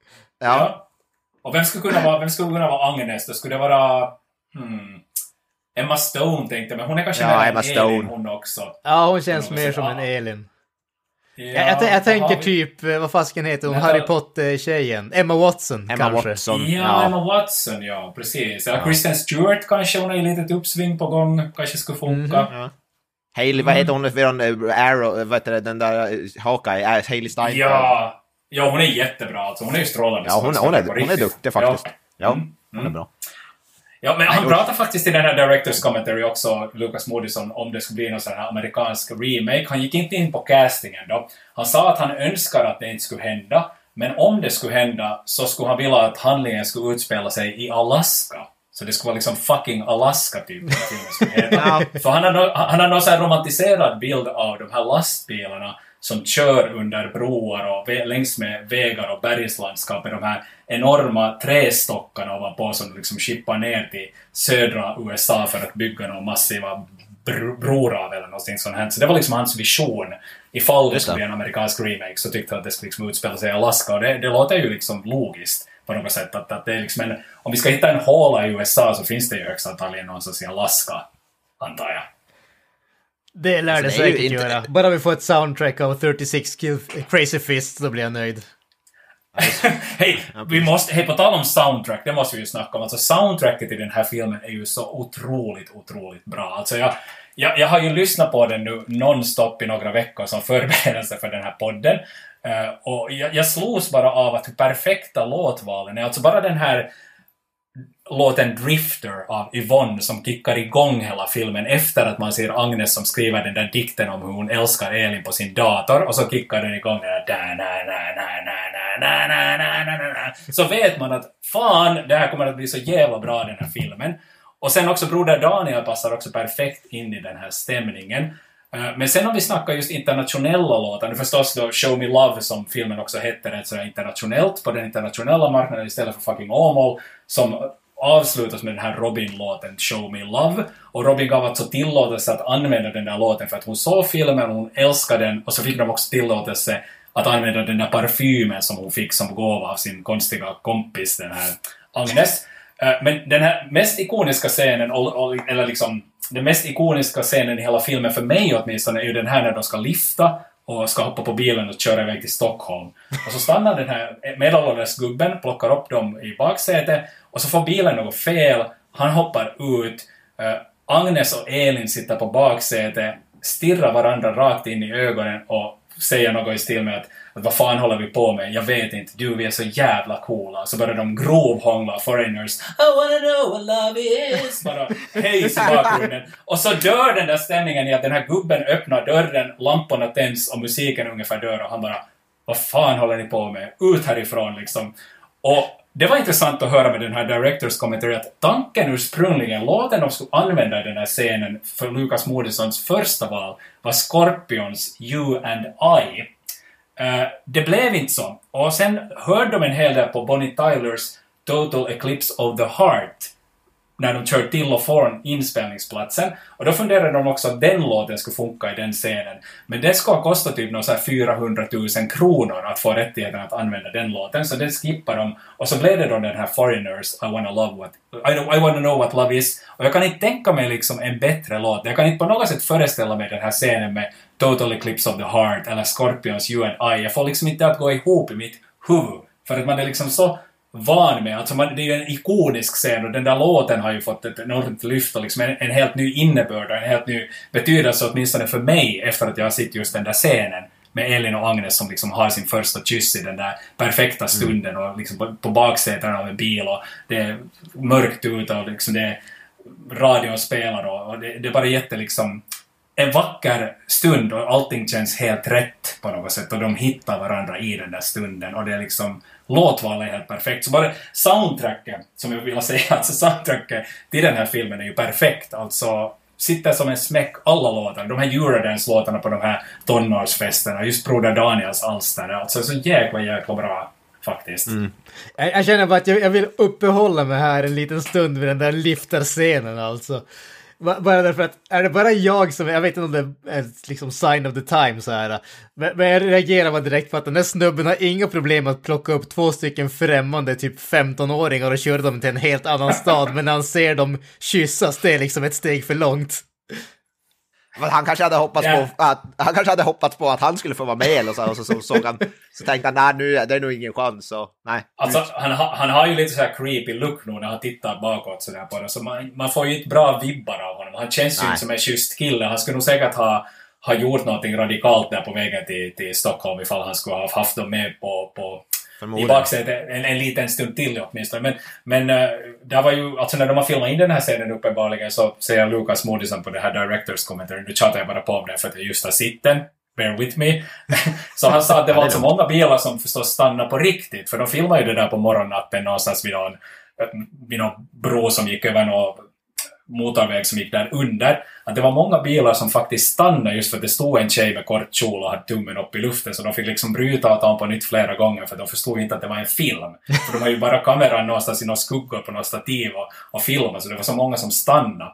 ja. Och vem skulle kunna vara, vem skulle kunna vara Agnes? Det skulle vara... Hmm... Emma Stone tänkte, men hon är kanske ja, mer Emma en Stone. alien hon också. Ja, hon känns mer som en alien. Ja, jag, jag, jag tänker vi... typ, vad fasken heter hon, Vänta. Harry Potter-tjejen. Emma Watson, Emma kanske. Watson. Ja, ja, Emma Watson, ja, precis. Ja, ja. Kristen Stewart kanske, hon har ju litet uppsving på gång, kanske skulle funka. Mm-hmm. Ja. Hailey, vad heter hon från Arrow, vad heter det, den där Hawkeye, Hailey Steinfeld. Ja, ja, hon är jättebra alltså, hon är ju strålande. Ja, hon, hon, är, hon är duktig faktiskt. Ja, ja mm. hon är bra. Ja, men han pratar faktiskt i den här Directors Commentary också, Lucas Moodysson, om det skulle bli någon sån här amerikansk remake. Han gick inte in på castingen då. Han sa att han önskar att det inte skulle hända, men om det skulle hända så skulle han vilja att handlingen skulle utspela sig i Alaska. Så det skulle vara liksom fucking Alaska typ. ja. För han har, no, han har någon sån här romantiserad bild av de här lastbilarna som kör under broar och längs med vägar och bergslandskap med de här enorma trästockarna ovanpå som liksom skippar ner till södra U S A för att bygga några massiva br- bror av eller någonting sånt här. Så det var liksom hans vision. Ifall det skulle bli en amerikansk remake så tyckte han att det skulle liksom utspela sig i Alaska. Och det, det låter ju liksom logiskt på något sätt. Att, att det är liksom en, om vi ska hitta en håla i U S A så finns det ju högst antagligen någonstans i Alaska, antar jag. Det lär alltså, det säkert inte... göra. Bara vi får ett soundtrack av trettiosex kill Crazy Fist så blir jag nöjd. Hej, vi måste, hej, på tal om soundtrack, det måste vi ju snacka om. Alltså soundtracket i den här filmen är ju så otroligt, otroligt bra. Alltså jag, jag, jag har ju lyssnat på den nu nonstop i några veckor som förberedelse för den här podden. Uh, och jag, jag slås bara av att hur perfekta låtvalen är. Alltså bara den här låten Drifter av Yvonne som kickar igång hela filmen efter att man ser Agnes som skriver den där dikten om hur hon älskar Elin på sin dator och så kickar den igång den där så vet man att fan, det här kommer att bli så jävla bra den här filmen. Och sen också Broder Daniel passar också perfekt in i den här stämningen. Uh, men sen om vi snackar just internationella låtar, nu förstås då Show Me Love som filmen också heter rätt sådär internationellt på den internationella marknaden istället för fucking Åmål, som avslutas med den här Robin-låten Show Me Love. Och Robin gav alltså tillåtelse att använda den där låten för att hon såg filmen och hon älskade den, och så fick de också tillåtelse att använda den där parfymen som hon fick som gåva av sin konstiga kompis, den här Agnes. Men den här mest ikoniska scenen, eller liksom den mest ikoniska scenen i hela filmen för mig åtminstone, är ju den här när de ska lifta och ska hoppa på bilen och köra iväg till Stockholm. Och så stannar den här medelålders gubben, plockar upp dem i baksätet, och så får bilen något fel, han hoppar ut, Agnes och Elin sitter på baksätet, stirrar varandra rakt in i ögonen och säger något i stil med att, att vad fan håller vi på med? Jag vet inte, du, vi är så jävla coola. Så börjar de grovhångla Foreigners. I wanna know what love is. Bara hejs i bakgrunden. Och så dör den där stämningen i att den här gubben öppnar dörren, lamporna tänds och musiken ungefär dör, och han bara, vad fan håller ni på med? Ut härifrån liksom. Och det var intressant att höra med den här directors commentary att tanken ursprungligen, låten de skulle använda i den här scenen för Lukas Moodyssons första val var Scorpions You and I. Uh, det blev inte så. Och sen hörde de en hel del på Bonnie Tylers Total Eclipse of the Heart när de kör till och från inspelningsplatsen. Och då funderade de också att den låten skulle funka i den scenen. Men det ska kosta typ någon så här fyrahundratusen kronor att få rättigheten att använda den låten. Så den skippar de. Och så blev det då den här Foreigners, I wanna love what I, I wanna know what love is. Och jag kan inte tänka mig liksom en bättre låt. Jag kan inte på något sätt föreställa mig den här scenen med Total Eclipse of the Heart eller Scorpions You and I. Jag får liksom inte att gå ihop i mitt huvud. För att man är liksom så van med, alltså man, det är ju en ikonisk scen och den där låten har ju fått ett enormt lyft och liksom en, en helt ny innebörd och en helt ny betydelse åtminstone för mig efter att jag har sett just den där scenen med Elin och Agnes som liksom har sin första kyss i den där perfekta stunden mm. och liksom på, på baksäten av en bil och det är mörkt ut och liksom det är radion spelar och, och det, det är bara jätte liksom en vacker stund och allting känns helt rätt på något sätt och de hittar varandra i den där stunden och det är liksom låtvalet är helt perfekt. Så bara soundtracket, som jag vill säga, alltså soundtracket till den här filmen är ju perfekt. Alltså sitter som en smäck alla låtar. De här Eurodance-låtarna på de här tonårsfesterna, just Broder Daniels alster, alltså så jäkla jäkla bra faktiskt. Mm. Jag, jag känner bara att jag, jag vill uppehålla mig här en liten stund vid den där liftarscenen alltså. Bara därför att, är det bara jag som, jag vet inte om det är liksom sign of the time så här, men, men jag reagerar bara direkt på att den där snubben har inga problem att plocka upp två stycken främmande typ femton-åringar och köra dem till en helt annan stad, men när han ser dem kyssas, det är liksom ett steg för långt. Men han kanske hade hoppats yeah. på att han kanske hade hoppats på att han skulle få vara med och så, och så, så såg han så tänkte han nej nu det är nog ingen chans så nej. Alltså han, han har ju lite så här creepy look nu när han tittar bakåt så där på det så man, man får ju inte bra vibbar av honom. Han känns ju som en schysst kille. Han skulle nog säkert ha ha gjort någonting radikalt där på vägen till till Stockholm ifall han skulle ha haft dem med på på i baksätet en, en liten stund till åtminstone. Men, men uh, det var ju, alltså när de har filmat in den här scenen uppenbarligen så säger Lukas Moodysson på det här directors commentary, nu tjatar jag bara på om det för att jag just har sitten, bear with me. Så han sa att det var alltså många bilar som förstås stannade på riktigt, för de filmade ju det där på morgonnatten någonstans vid någon, vid någon bro som gick över någon motorväg som gick där under, att det var många bilar som faktiskt stannade just för att det stod en tjej med kort kjol och hade tummen upp i luften så de fick liksom bryta och ta på nytt flera gånger för de förstod inte att det var en film. För de har ju bara kameran någonstans i några skuggor på något stativ och, och filma så det var så många som stannade.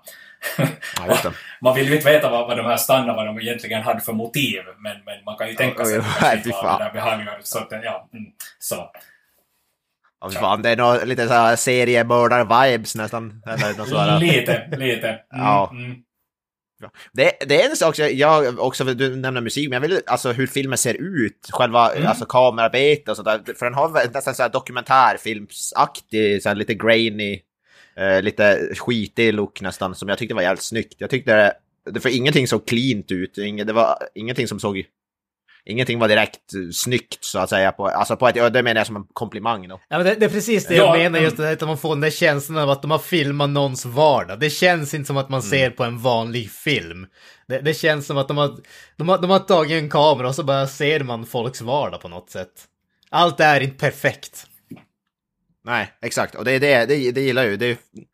Ja, man vill ju inte veta vad, vad de här stannade, vad de egentligen hade för motiv men, men man kan ju tänka ja, sig att det var det där behandlingar så att, ja, mm, så alltså, fan, det är nog lite så här seriemördar-vibes nästan. Eller lite, lite. Mm, ja. Mm. Det, det är en sak, jag också, du nämner musik, men jag vill, alltså hur filmen ser ut, själva mm. alltså, kamerarbete och sådär, för den har nästan så här dokumentärfilmsaktig, så här lite grainy, eh, lite skitig look nästan, som jag tyckte var jävligt snyggt. Jag tyckte det, det för ingenting såg cleant ut, det var ingenting som såg... Ingenting var direkt snyggt så att säga på, alltså på ett, det menar jag som en komplimang då. Ja men det, det är precis det jag ja, menar just det, att man får den där känslan av att de har filmat någons vardag. Det känns inte som att man mm. ser på en vanlig film. Det, det känns som att de har, de har de har tagit en kamera och så bara ser man folks vardag på något sätt. Allt är inte perfekt. Nej, exakt. Och det är det, det, det gillar jag ju. Det är,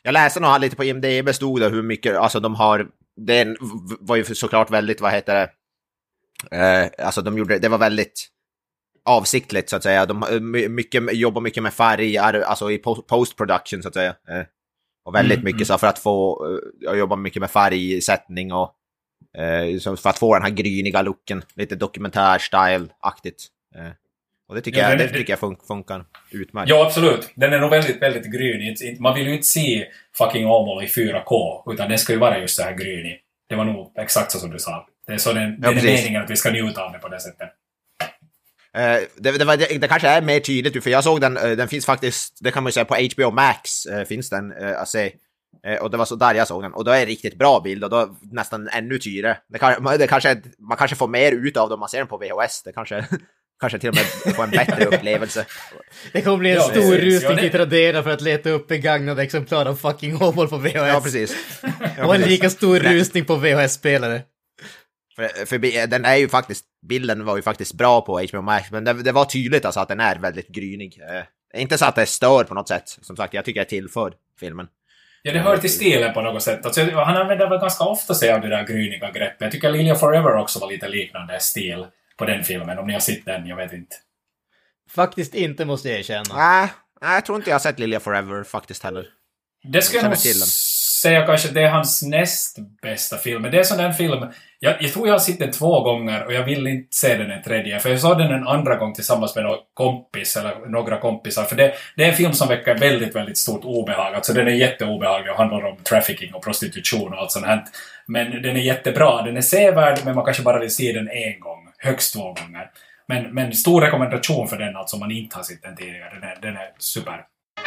Jag läste nog lite på I M D B stod det hur mycket, alltså de har, det var ju såklart väldigt, vad heter det, eh, alltså de gjorde, det var väldigt avsiktligt så att säga, de mycket, jobbar mycket med färg, alltså i post-production så att säga, eh, och väldigt mm, mycket mm. så för att få, jag jobbar mycket med färgsättning och eh, för att få den här gryniga looken, lite dokumentär-style-aktigt. Eh. Och det tycker, ja, jag, det, det tycker jag fun- funkar utmärkt. Ja, absolut. Den är nog väldigt, väldigt grynig. Man vill ju inte se fucking Åmål i fyra K, utan den ska ju vara just så här grynig. Det var nog exakt så som du sa. Det är så den, ja, den är meningen att vi ska njuta av det på det sättet. Uh, det, det, var, det, det kanske är mer tydligt, för jag såg den, uh, den finns faktiskt, det kan man ju säga, på H B O Max uh, finns den uh, att se. Uh, och det var så där jag såg den. Och då är det riktigt bra bild, och då nästan ännu tydligare. Det kan, det kanske, man kanske får mer ut av det om man ser den på V H S. Det kanske... Kanske till och med få en bättre upplevelse. Det kommer bli en ja, stor precis. rusning ja, det... till Tradera för att leta upp begagnade exemplar av fucking Åmål på V H S. Ja, precis. Ja, och en lika stor rusning på V H S-spelare. För, för den är ju faktiskt, bilden var ju faktiskt bra på H B O Max, men det, det var tydligt alltså att den är väldigt grynig. Eh, inte så att det stör på något sätt. Som sagt, jag tycker jag tillför filmen. Ja, det hör till stilen på något sätt. Alltså, han använder väl ganska ofta sig av det där gryniga greppet. Jag tycker Lilja Forever också var lite liknande stil på den filmen, om ni har sett den, jag vet inte. Faktiskt inte, måste jag erkänna. Nej, nej jag tror inte jag har sett Lilja Forever faktiskt heller. Det skulle jag nog säga kanske det är hans näst bästa film. Men det är sån en film, jag, jag tror jag har sett den två gånger och jag vill inte se den en tredje. För jag såg den en andra gång tillsammans med någon kompis eller några kompisar. För det, det är en film som väcker väldigt, väldigt stort obehag. Alltså den är jätteobehaglig och handlar om trafficking och prostitution och allt sånt här. Men den är jättebra, den är sevärd, men man kanske bara vill se den en gång. Högst två gånger. Men, men stor rekommendation för den, alltså om man inte har sett den tidigare. Den är, den är super.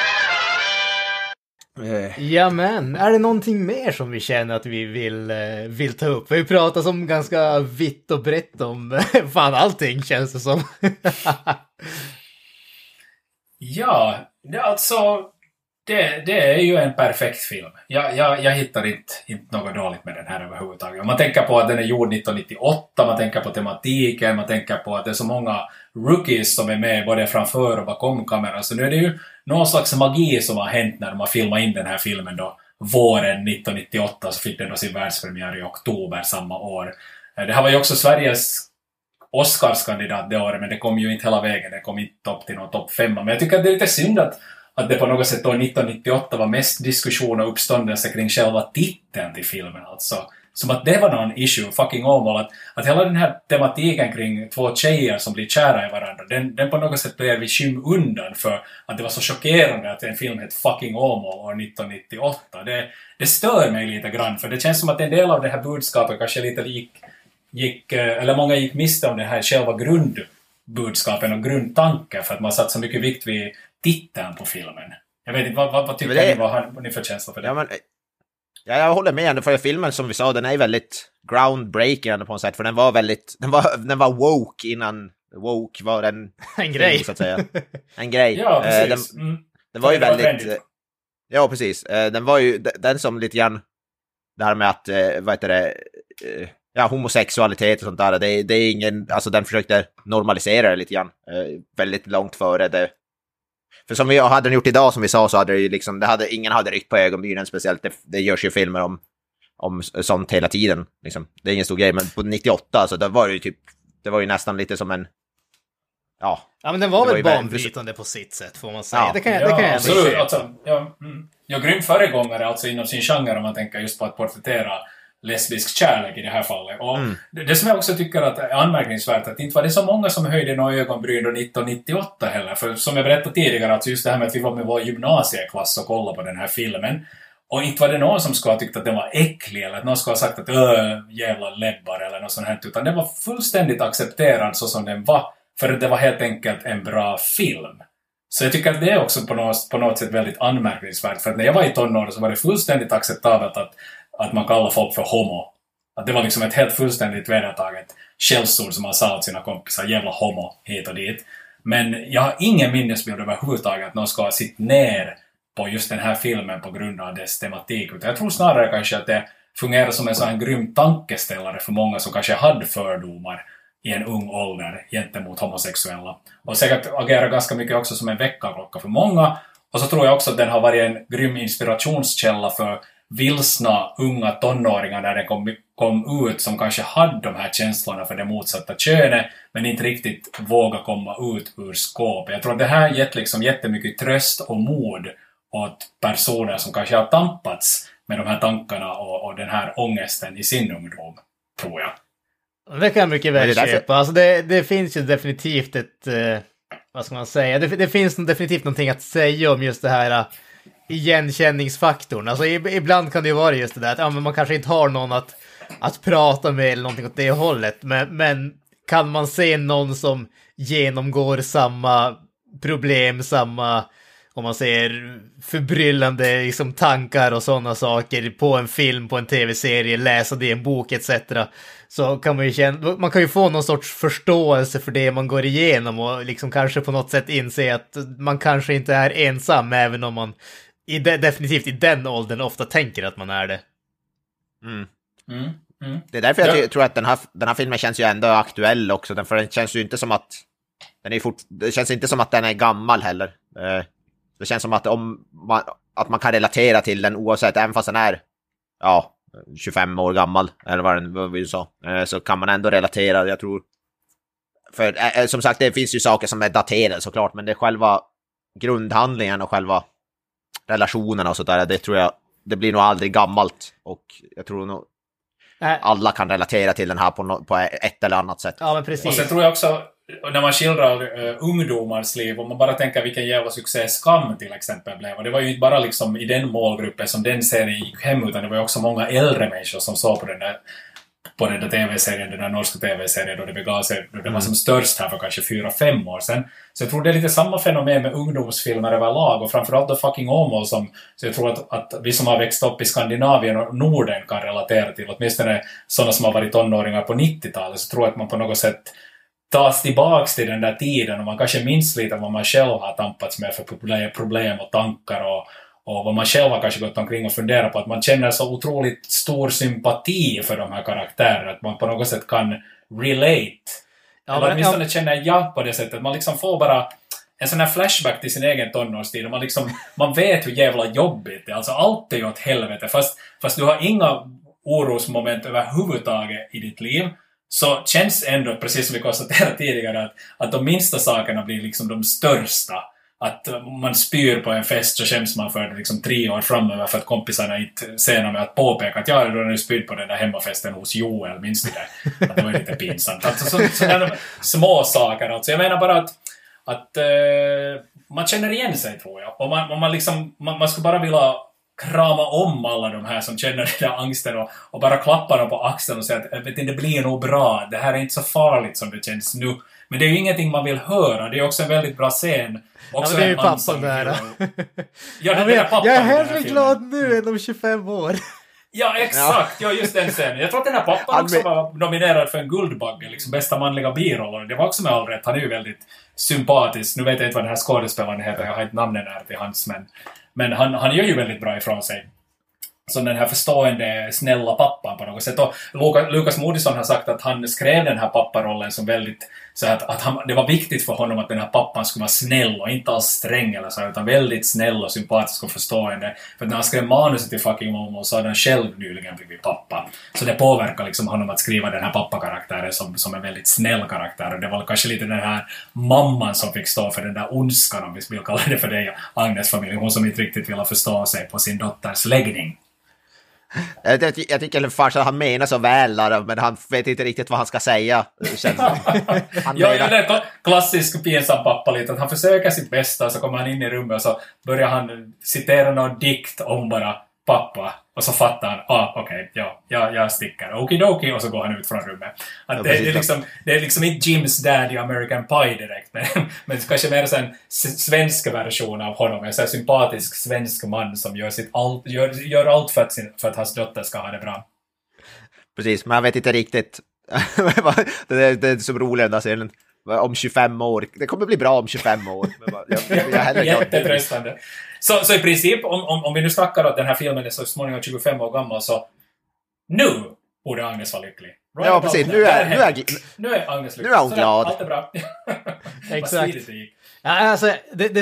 Ja, men är det någonting mer som vi känner att vi vill, vill ta upp? Vi pratar som ganska vitt och brett om fan allting, känns det som. Ja, det, alltså det, det är ju en perfekt film. Jag, jag, jag hittar inte, inte något dåligt med den här överhuvudtaget. Man tänker på att den är gjord nittonhundranittioåtta, man tänker på tematiken, man tänker på att det är så många rookies som är med både framför och bakom kameran. Så nu är det ju någon slags magi som har hänt när de har filmat in den här filmen då våren nittonhundranittioåtta, så fick den då sin världspremiär i oktober samma år. Det här var ju också Sveriges Oscarskandidat det året, men det kom ju inte hela vägen, det kom inte upp till någon topp femma. Men jag tycker att det är lite synd att att det på något sätt då nittonhundranittioåtta var mest diskussion och uppståndelse kring själva titeln till filmen. Alltså, som att det var någon issue, fucking Åmål. Att, att hela den här tematiken kring två tjejer som blir kära i varandra, den, den på något sätt blev vi skym undan för att det var så chockerande att en film hette fucking Åmål år nittonhundranittioåtta. Det, det stör mig lite grann, för det känns som att en del av det här budskapet kanske lite gick, gick eller många gick miste om det här själva grundbudskapen och grundtanken, för att man satt så mycket vikt vid titeln på filmen. Jag vet inte, vad, vad, vad tycker det... ni, vad har ni för känsla för det? Ja, men, ja, jag håller med, för filmen som vi sa, den är väldigt groundbreaking på något sätt, för den var väldigt, den var, den var woke innan woke var en, en grej, film, så att säga. En grej. Ja, precis. Den, mm. den var ju väldigt, var ja, precis. Den var ju, den som lite grann, det här med att, vad heter det, ja, homosexualitet och sånt där, det, det är ingen, alltså den försökte normalisera det lite grann, väldigt långt före det. För som vi hade den gjort idag, som vi sa, så hade det ju liksom, det hade, ingen hade ryckt på ögonbrynen speciellt. Det, det görs ju filmer om, om sånt hela tiden. Liksom. Det är ingen stor grej, men på nittioåtta, så det var ju typ, det var ju nästan lite som en, ja. Ja, men den var väl var banbrytande på sitt sätt, får man säga. Ja. Det kan jag, ja, det kan jag absolut. Alltså, ja, mm. Jag grym föregångare, alltså inom sin genre, om man tänker just på att porträttera lesbisk kärlek i det här fallet. Och mm. det, det som jag också tycker att är anmärkningsvärt, att inte var det så många som höjde några ögonbryn då nittonhundranittioåtta heller. För som jag berättade tidigare, alltså just det här med att vi var med vår gymnasieklass och kollade på den här filmen. Och inte var det någon som skulle ha tyckt att den var äcklig, eller att någon skulle ha sagt att öh, jävla läbbar eller något sånt här. Utan den var fullständigt accepterad så som den var, för att det var helt enkelt en bra film. Så jag tycker att det är också på något, på något sätt väldigt anmärkningsvärt. För att när jag var i tonåren så var det fullständigt acceptabelt att att man kallar folk för homo. Att det var liksom ett helt fullständigt vedertaget skällsord som man sa åt sina kompisar, jävla homo, hit och dit. Men jag har ingen minnesbild överhuvudtaget att någon ska ha sitt ner på just den här filmen på grund av dess tematik. Utan jag tror snarare kanske att det fungerar som en sån grym tankeställare för många som kanske hade fördomar i en ung ålder gentemot homosexuella. Och säkert agerar ganska mycket också som en väckarklocka för många. Och så tror jag också att den har varit en grym inspirationskälla för vilsna unga tonåringar när den kom, kom ut som kanske hade de här känslorna för det motsatta könet men inte riktigt våga komma ut ur skåpet. Jag tror att det här gett liksom jättemycket tröst och mod åt personer som kanske har tampats med de här tankarna och, och den här ångesten i sin ungdom, tror jag. Det kan jag mycket väl därför... köpa. Alltså det, det finns ju definitivt ett, eh, vad ska man säga, det, det finns definitivt någonting att säga om just det här uh, igenkänningsfaktorn. Alltså ibland kan det ju vara just det där att ja, men man kanske inte har någon att, att prata med eller någonting åt det hållet. Men, men kan man se någon som genomgår samma problem, samma, om man säger förbryllande liksom, tankar och sådana saker på en film, på en tv-serie, läsa det i en bok et cetera. Så kan man ju känna, man kan ju få någon sorts förståelse för det man går igenom och liksom kanske på något sätt inse att man kanske inte är ensam även om man i de, definitivt i den åldern ofta tänker att man är det. Mm. Mm, mm. Det är därför jag Ja. tror att den här, den här filmen känns ju ändå aktuell också. För den känns ju inte som att den är fort, det känns inte som att den är gammal heller. Det känns som att, om man, att man kan relatera till den oavsett, även fast den är ja, tjugofem år gammal, eller vad den vill sa, så kan man ändå relatera, jag tror. För som sagt, det finns ju saker som är daterade såklart, men det är själva grundhandlingen och själva relationerna och sådär, det tror jag, det blir nog aldrig gammalt. Och jag tror nog alla kan relatera till den här på, no- på ett eller annat sätt. Ja, men precis. Och sen tror jag också, när man skildrar uh, ungdomars liv, om man bara tänker vilken jävla succé Skam till exempel blev, och det var ju inte bara liksom i den målgruppen som den serien gick hem, utan det var ju också många äldre människor som såg på den där, på den där tv-serien, den där norska tv-serien då det begav sig, då det var Mm. som störst här för kanske fyra, fem år sedan. Så jag tror det är lite samma fenomen med ungdomsfilmer överlag, och framförallt då Fucking Åmål, som, så jag tror att, att vi som har växt upp i Skandinavien och Norden kan relatera till, åtminstone sådana som har varit tonåringar på nittiotalet, så tror jag att man på något sätt tas tillbaks till den där tiden och man kanske minns lite vad man själv har tampats med för problem och tankar och, och vad man själv har kanske gått omkring och funderat på, att man känner så otroligt stor sympati för de här karaktärerna, att man på något sätt kan relate. Ja, Eller men, åtminstone ja. känner jag på det sättet, man liksom får bara en sån här flashback till sin egen tonårstid och man, liksom, man vet hur jävla jobbigt det är, alltså allt är ju åt helvete, fast, fast du har inga orosmoment överhuvudtaget i ditt liv, så känns ändå, precis som vi konstaterade tidigare, att, att de minsta sakerna blir liksom de största. Att man spyr på en fest så skäms man för det liksom tre år framöver för att kompisarna inte ser med att påpeka att jag hade nu spyrt på den där hemmafesten hos Joel, minns du det? Att det var lite pinsamt. Alltså så, sådana små saker. Alltså jag menar bara att, att uh, man känner igen sig, tror jag. Och man, och man, liksom, man, man skulle bara vilja krama om alla de här som känner den där angsten och, och bara klappa dem på axeln och säga att vet inte, det blir nog bra, det här är inte så farligt som det känns nu. Men det är ju ingenting man vill höra, det är också en väldigt bra scen. Också ja, det är ju pappan pappan där. Ja, ja, den men där jag, pappan jag är i den här hellre filmen. glad nu än om tjugofem år. Ja, exakt. Ja, just den scenen. Jag tror att den här pappan Han också med- var nominerad för en Guldbagge, liksom bästa manliga biroll. Det var också med all rätt. Han är ju väldigt sympatisk. Nu vet jag inte vad den här skådespelaren heter, jag har inte namnen här till hans, men, men han, han gör ju väldigt bra ifrån sig. Som den här förstående, snälla pappan på något sätt. Och Lukas, Lukas Moodysson har sagt att han skrev den här papparollen som väldigt, så att, att han, det var viktigt för honom att den här pappan skulle vara snäll och inte alls sträng eller så, utan väldigt snäll och sympatisk och förstående. För när han skrev manuset till Fucking Åmål så hade han själv nyligen blivit pappa. Så det påverkar liksom honom att skriva den här pappakaraktären som, som en väldigt snäll karaktär. Och det var kanske lite den här mamman som fick stå för den där ondskan, om vi vill kalla det för det, Agnes familj. Hon som inte riktigt ville förstå sig på sin dotters läggning. Jag, jag, jag tycker att farsan han menar så väl där, men han vet inte riktigt vad han ska säga. Känns det. Han Ja, menar- det är kla- klassisk pinsam pappa lite, att han försöker sitt bästa, så kommer han in i rummet och så börjar han citera någon dikt om bara pappa, och så fattar han, ah okej, okay, ja, ja, jag sticker, okidoki, och så går han ut från rummet. Att Ja, det, precis, det, är liksom, det är liksom inte Jims dad i American Pie direkt, men, men kanske mer en s- svensk version av honom, en sån här sympatisk svensk man som gör, sitt allt, gör, gör allt för att, sin, för att hans dotter ska ha det bra. Precis, men jag vet inte riktigt. det, är, det är som roligt den där scenen. Om tjugofem år. Det kommer bli bra om tjugofem år. Men bara, jag, jag, jag hellre glad. Jättetröstande. Så, så i princip, om, om, om vi nu snackar att den här filmen är så småningom tjugofem år gammal, så nu borde Agnes vara lycklig. Right Ja, about precis. that. Nu är, Där nu är, hemma. nu är Agnes lycklig. nu är hon Så glad. Allt är bra. Vad Exakt. smidigt det gick. Ja, alltså, det, det,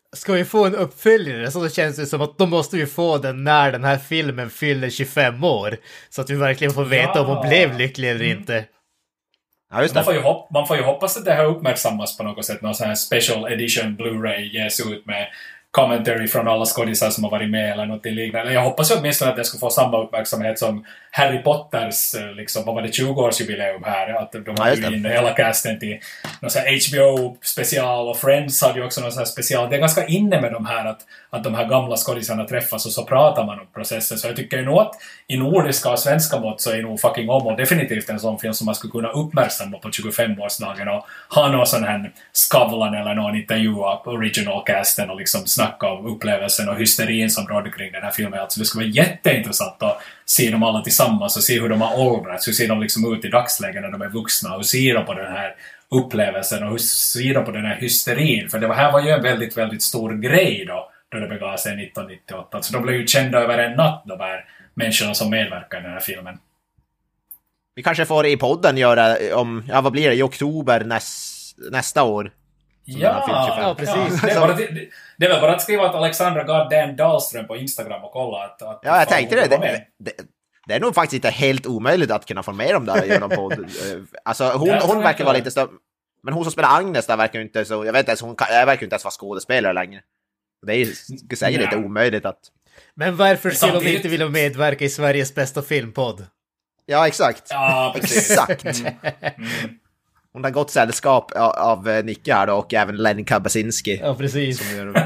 ska vi få en uppföljare så då känns det som att då måste vi få den när den här filmen fyller tjugofem år. Så att vi verkligen får veta ja. om hon blev lycklig eller mm. inte. Ja, just det. Man, får ju hopp- man får ju hoppas att det här uppmärksammas på något sätt. Någon sån här special edition Blu-ray ges ut med commentary från alla skådisar som har varit med eller något liknande. Jag hoppas åtminstone att det ska få samma uppmärksamhet som Harry Potters, liksom, vad var det, tjugo-årsjubileum här, att de har ja, in hela casten till någon sån här H B O-special, och Friends hade ju också någon sån här special. Det är ganska inne med de här att, att de här gamla skådisarna träffas och så pratar man om processen. Så jag tycker ju nog att i nordiska och svenska mått så är nog Fucking Åmål definitivt en sån film som man skulle kunna uppmärksamma på tjugofem-årsdagen och ha någon sån här Skavlan eller någon intervjua original-casten och liksom snacka om upplevelsen och hysterin som rådde kring den här filmen. Alltså det skulle vara jätteintressant att se dem alla tillsammans och se hur de har åldrats, hur ser de liksom ut i dagslägen när de är vuxna, och ser de på den här upplevelsen och hur ser de på den här hysterin, för det här var ju en väldigt, väldigt stor grej då, då det begav sig nittonhundranittioåtta. Alltså de blev ju kända över en natt, de här människorna som medverkar i den här filmen. Vi kanske får i podden göra om, ja vad blir det, i oktober näs, nästa år. Ja, ja, precis. Ja. Det, är bara, det, det är väl bara att skriva att Alexandra Garden Dahlström på Instagram och kolla att... att ja, jag tänkte det. Det, det. det är nog faktiskt inte helt omöjligt att kunna få med dem där genom podd. Alltså, hon, hon verkar vara lite större. Men hon som spelar Agnes där verkar ju inte så... Jag vet inte ens, hon jag verkar inte ens vara skådespelare längre. Det är ju säkert lite omöjligt att... Men varför skulle hon inte vilja medverka i Sveriges bästa filmpodd? Ja, exakt. Ja, precis. Exakt. Mm. Hon har gått sällskap av, av Nicke här då, och även Lenny Kabasinski. Ja, precis. Som gör...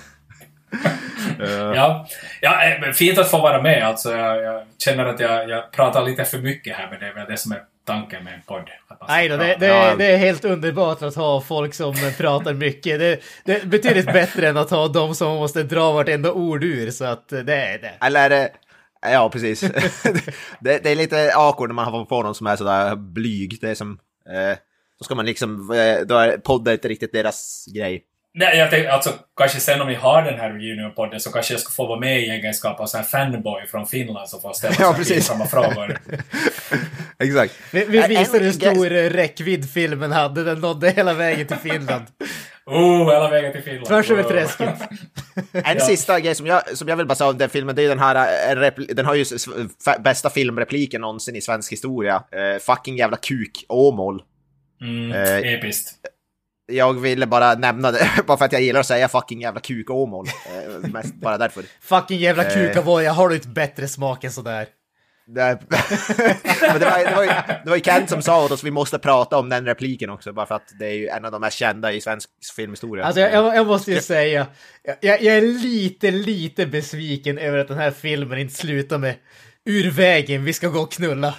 uh. Ja, ja, fint att få vara med. Alltså, jag, jag känner att jag, jag pratar lite för mycket här, men det är väl det som är tanken med en podd. Nej då, det, det, ja. det är helt underbart att ha folk som pratar mycket. Det, det är betydligt bättre än att ha de som måste dra vartenda ord ur, så att det är det. Eller... Ja, precis. det, det är lite awkward när man har på någon som är sådär blyg. Det är som... Eh, då ska man liksom... Eh, då är podden inte riktigt deras grej. Nej, jag tänkte, alltså, kanske sen om vi har den här reunion-podden så kanske jag ska få vara med i egenskap av sån här fanboy från Finland som får ställa ja, precis. samma frågor. Exakt. Vi, vi visade hur stor guess... räckvidd filmen hade. Den nådde hela vägen till Finland. Oh, hela vägen till Finland. Tvärs över träsket. En ja. sista grej som jag, som jag vill bara säga om den filmen, det är den här, repl- den har ju f- bästa filmrepliken någonsin i svensk historia. Uh, fucking jävla kuk, Åmål. Mm, uh, episkt. Jag ville bara nämna det, bara för att jag gillar att säga fucking jävla kuk, Åmål. Uh, mest bara därför. Fucking jävla kuk, uh, jag har du inte bättre smak än sådär. Det, men det, var, det, var ju, det var ju Kent som sa åt oss vi måste prata om den repliken också, bara för att det är ju en av de mest kända i svensk filmhistoria. Alltså jag, jag måste ju säga, jag, jag är lite, lite besviken över att den här filmen inte slutar med ur vägen, vi ska gå och knulla.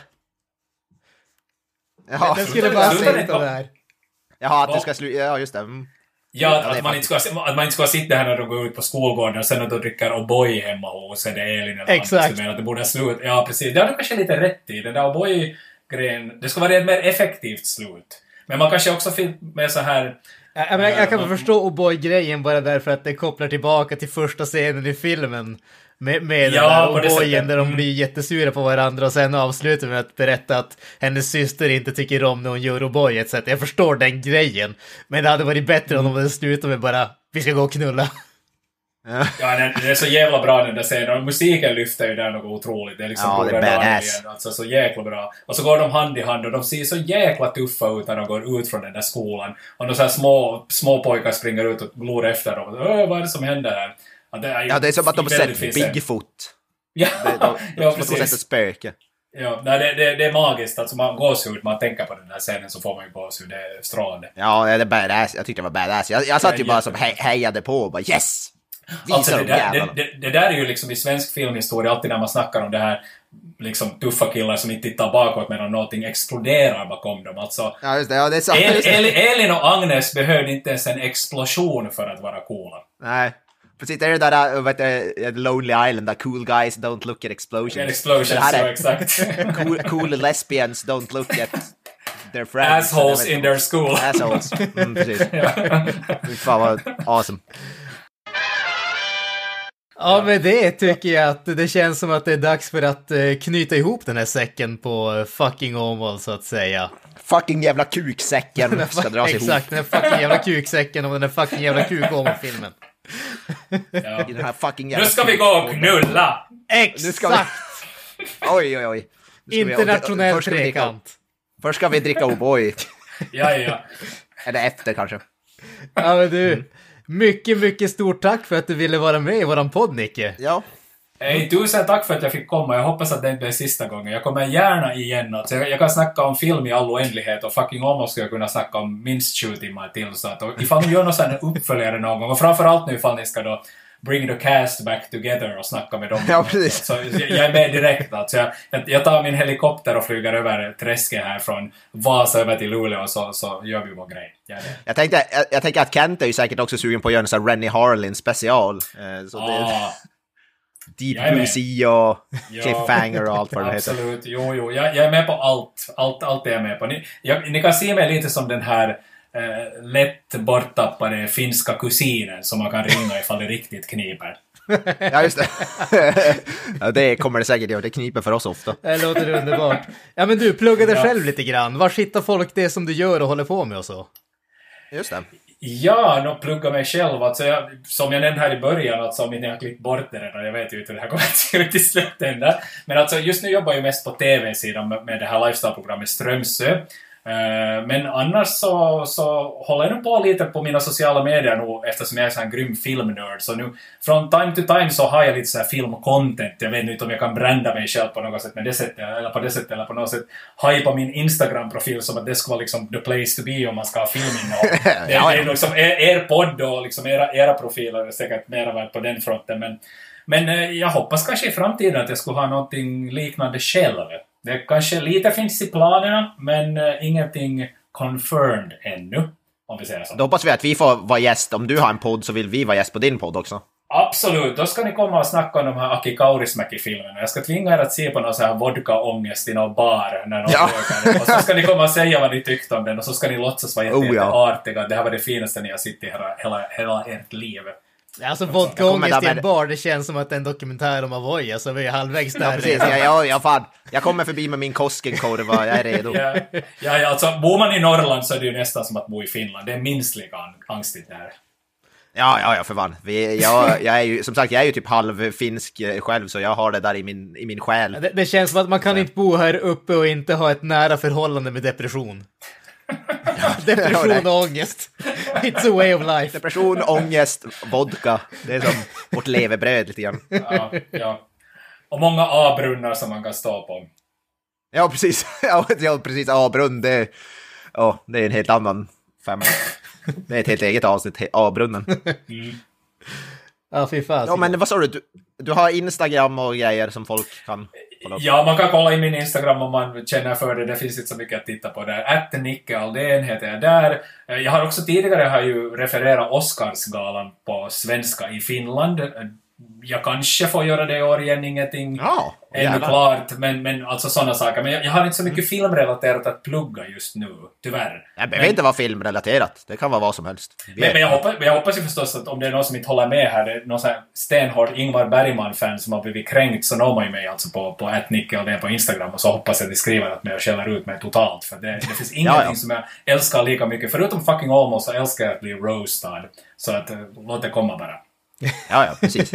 Ja, den skulle bara sluta där. Jaha, att det ska sluta, ja just det. Mm. Ja, att, att, man inte ska, att man inte ska sitta här när de går ut på skolgården och sen när de dricker O'boy hemma hos är det Elin eller exakt. Att det borde sluta. Ja, precis. Det har du kanske lite rätt i. Den där O'boy-grejen, det ska vara ett mer effektivt slut. Men man kanske också finns med så här... Ja, men jag, jag kan man... förstå O'boy-grejen bara därför att det kopplar tillbaka till första scenen i filmen. Med, med ja, den där O'boyen där de blir jättesura på varandra och sen avslutar med att berätta att hennes syster inte tycker om när hon gör O'boy et cetera. Jag förstår den grejen. Men det hade varit bättre om de hade slutat med bara vi ska gå och knulla. Ja, det är så jävla bra den där scenen. Och musiken lyfter ju där något otroligt. Det är liksom ja, det är badass. Alltså så jäkla bra. Och så går de hand i hand och de ser så jäkla tuffa ut när de går ut från den där skolan. Och de så här små, små pojkar springer ut och glor efter dem. Och, vad är det som händer här? Ja, det är, ja, det är som att de har sett Bigfoot. Ja, det, de, de, ja precis. De har sett ett spöke. Ja, nej, det, det, det är magiskt. Alltså man gåshud, man tänker på den här scenen så får man ju gåshud. Det är strålande. Ja, det är badass. Jag tyckte det var badass. Jag, jag satt ju bara som he- hejade på och bara yes! Alltså, det, där, det, det, det där är ju liksom i svensk filmhistoria alltid när man snackar om det här liksom tuffa killar som inte tittar bakåt medan någonting exploderar bakom dem. Alltså, ja, just det. Ja, det är sant. El, El, Elin och Agnes behövde inte ens en explosion för att vara coola. Nej. Precis, det är det där, vet du, Lonely Island, där cool guys don't look at explosions. Yeah, explosions, det här så är exakt. cool, cool lesbians don't look at their friends. Assholes in their school. Assholes, mm, precis. Fan vad awesome. Ja, med det tycker jag att det känns som att det är dags för att knyta ihop den här säcken på fucking Åmål, så att säga. Fucking jävla kuksäcken ska dras ihop. Exakt, den här fucking jävla kuksäcken och den här fucking jävla kuk-Åmål-filmen. Ja. I den här fucking Nu jävla ska vi gå och knulla! Exakt! Nu ska vi... Oj, oj, oj. Nu ska vi- Internationell först ska vi dricka- trekant. Först ska vi dricka O'boy. Ja, ja. Eller efter kanske. Ja men du, mycket, mycket stort tack för att du ville vara med i våran podd, Nicke. Ja. Hey, tusen tack för att jag fick komma. Jag hoppas att det inte blir sista gången. Jag kommer gärna igen. Alltså, jag, jag kan snacka om film i all oändlighet och fucking om ska jag kunna snacka om minst tjugo timmar till. Så att, och ifall ni gör någon sån här uppföljare någon gång, och framförallt nu ifall ni ska då bring the cast back together och snacka med dem. Ja, precis. Så jag, jag är med direkt. Alltså, jag, jag tar min helikopter och flyger över träsket här från Vasa över till Luleå och så, så gör vi vår grej. Jag, Jag, tänkte, jag, jag tänker att Kent är ju säkert också sugen på att göra en sån här Rennie Harlin special. Eh, så det, ah, Deep jag är Blue med. Sea och Ja. Cliffhanger och allt vad det heter. Absolut, jo, jo. Jag, jag är med på allt. Allt, allt är jag med på. Ni, jag, ni kan se mig lite som den här eh, lätt borttappade finska kusinen som man kan ringa ifall det riktigt kniper. Ja, just det. Ja, det kommer det säkert göra. Det kniper för oss ofta. Det låter underbart. Ja men du, plugga dig Ja. själv lite grann. Var hittar folk det som du gör och håller på med och så? Just det. Ja, nu pluggar mig själv. Alltså jag, som jag nämnde här i början, alltså om jag har klippt bort det redan, jag vet ju inte hur det här kommer att se ut i slutändan. Men alltså just nu jobbar jag mest på tv-sidan med, med det här lifestyle-programmet Strömsö. Uh, men annars så, så håller jag nu på lite på mina sociala medier nu eftersom jag är så en grym filmnörd. Så nu från time to time så har jag lite så här filmcontent. Jag vet inte om jag kan branda mig själv på något sätt, men det sättet, eller på det sättet eller på något sätt hypa min Instagram-profil som att det ska vara liksom the place to be om man ska ha filminnehåll. Ja, det, ja. det är liksom er, er podd och liksom era, era profiler är säkert mer värt på den fronten. Men, men eh, jag hoppas kanske i framtiden att jag skulle ha någonting liknande själv. Det kanske lite finns i planerna, men uh, ingenting confirmed ännu, om vi säger så. Då hoppas vi att vi får vara gäst. Om du har en podd så vill vi vara gäst på din podd också. Absolut, då ska ni komma och snacka om de här Aki Kaurismäki-filmerna. Jag ska tvinga er att se på någon sån här vodka-ångest i någon bar när någon Ja. röker. Och så ska ni komma och säga vad ni tyckte om den, och så ska ni låtsas vara Oh, ja. jätteartiga. Det här var det finaste ni har sett i hela, hela, hela ert liv. Alltså Jag kommer vodka-ångest i där en med- bar, det känns som att det är en dokumentär om Avoya, så vi är halvvägs där. Ja, precis. Ja, ja, ja, fan. Jag kommer förbi med min Koskenkorva. Jag är redo. Ja, ja, ja, alltså bor man i Norrland så är det ju nästan som att bo i Finland. Det är minst lika angstigt där. Ja, ja, ja, för fan. Vi, jag, jag är ju, som sagt, jag är ju typ halvfinsk eh, själv, så jag har det där i min, i min själ. Det, det känns som att man kan inte bo här uppe och inte ha ett nära förhållande med depression. Depression och ångest. It's a way of life. Depression, ångest, vodka. Det är som vårt levebröd lite grann. Ja, ja. Och många A-brunnar som man kan stå på. Ja, precis. Ja, ja, precis. A-brunn, det, ja, det är en helt annan fem. Det är ett helt eget avsnitt, A-brunnen. Ja, fy fan. Ja, men vad sa du? du? Du har Instagram och grejer som folk kan kolla upp. Ja, man kan kolla i min Instagram om man känner för det. Det finns inte så mycket att titta på där. Att Nicke Aldén heter jag där. Jag har också tidigare har ju refererat Oscarsgalan på svenska i Finland. Jag kanske får göra det i år igen, ingenting Ja, ännu jävlar. klart, men, men alltså sådana saker. Men jag, jag har inte så mycket filmrelaterat att plugga just nu, tyvärr. Det behöver inte vara filmrelaterat. Det kan vara vad som helst. Vi Men, är- men, jag hoppas, men jag hoppas ju förstås att om det är någon som inte håller med här, det är någon sån här stenhård Ingmar Bergman-fan som har blivit kränkt, så når man ju mig alltså på, på atnicke och det på Instagram, och så hoppas jag att ni skriver att mig och skäller ut mig totalt, för det, det finns ingenting ja. som jag älskar lika mycket. Förutom fucking almost så älskar jag att bli roastad. Så att, eh, låt det komma bara. Ja, ja, precis.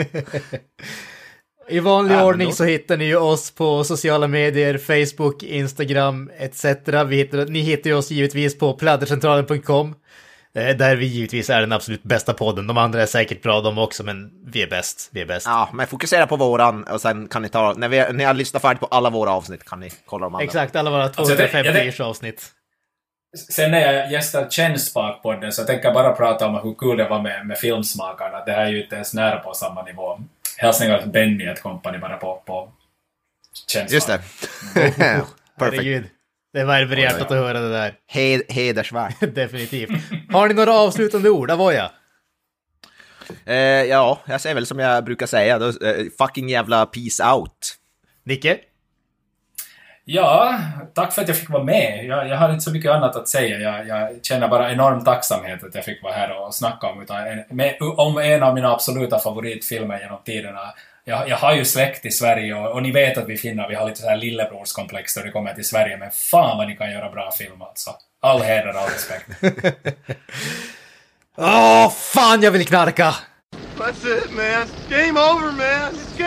I vanlig Ja, men ordning då- så hittar ni ju oss på sociala medier, Facebook, Instagram et cetera. Vi hittar, ni hittar ju oss givetvis på pladdercentralen punkt com. eh, Där vi givetvis är den absolut bästa podden. De andra är säkert bra de också, men vi är bäst. Vi är bäst. Ja, men fokusera på våran och sen kan ni ta, när, vi, när ni har lyssnat färdigt på alla våra avsnitt kan ni kolla de andra. Exakt, alla våra jag tänk- jag tvåhundrafemtio tänk- avsnitt. Sen är jag gästar Tjänstbakpodden, så jag tänker bara prata om hur kul det var med, med filmsmakarna. Det här är ju inte ens nära på samma nivå. Hälsningar till Benny, ett kompani bara på, på Tjänstbak. Just det. Perfekt. Herregud. Det var hjärtat att höra det där. Hed, hedersvärt. Definitivt. Har ni några avslutande ord, Avoya? Eh, ja, jag säger väl som jag brukar säga. Då, eh, fucking jävla peace out. Nicke? Ja, tack för att jag fick vara med. Jag, jag har inte så mycket annat att säga. Jag, jag känner bara enorm tacksamhet att jag fick vara här och snacka om, utan en, med, om en av mina absoluta favoritfilmer genom tiderna. Jag, jag har ju släkt i Sverige, och, och ni vet att vi finnar, vi har lite så här lillebrorskomplex då det kommer till Sverige, men fan vad ni kan göra bra film alltså. All heder, all respekt. Åh, fan jag vill knarka! That's it, man. Game over, man. It's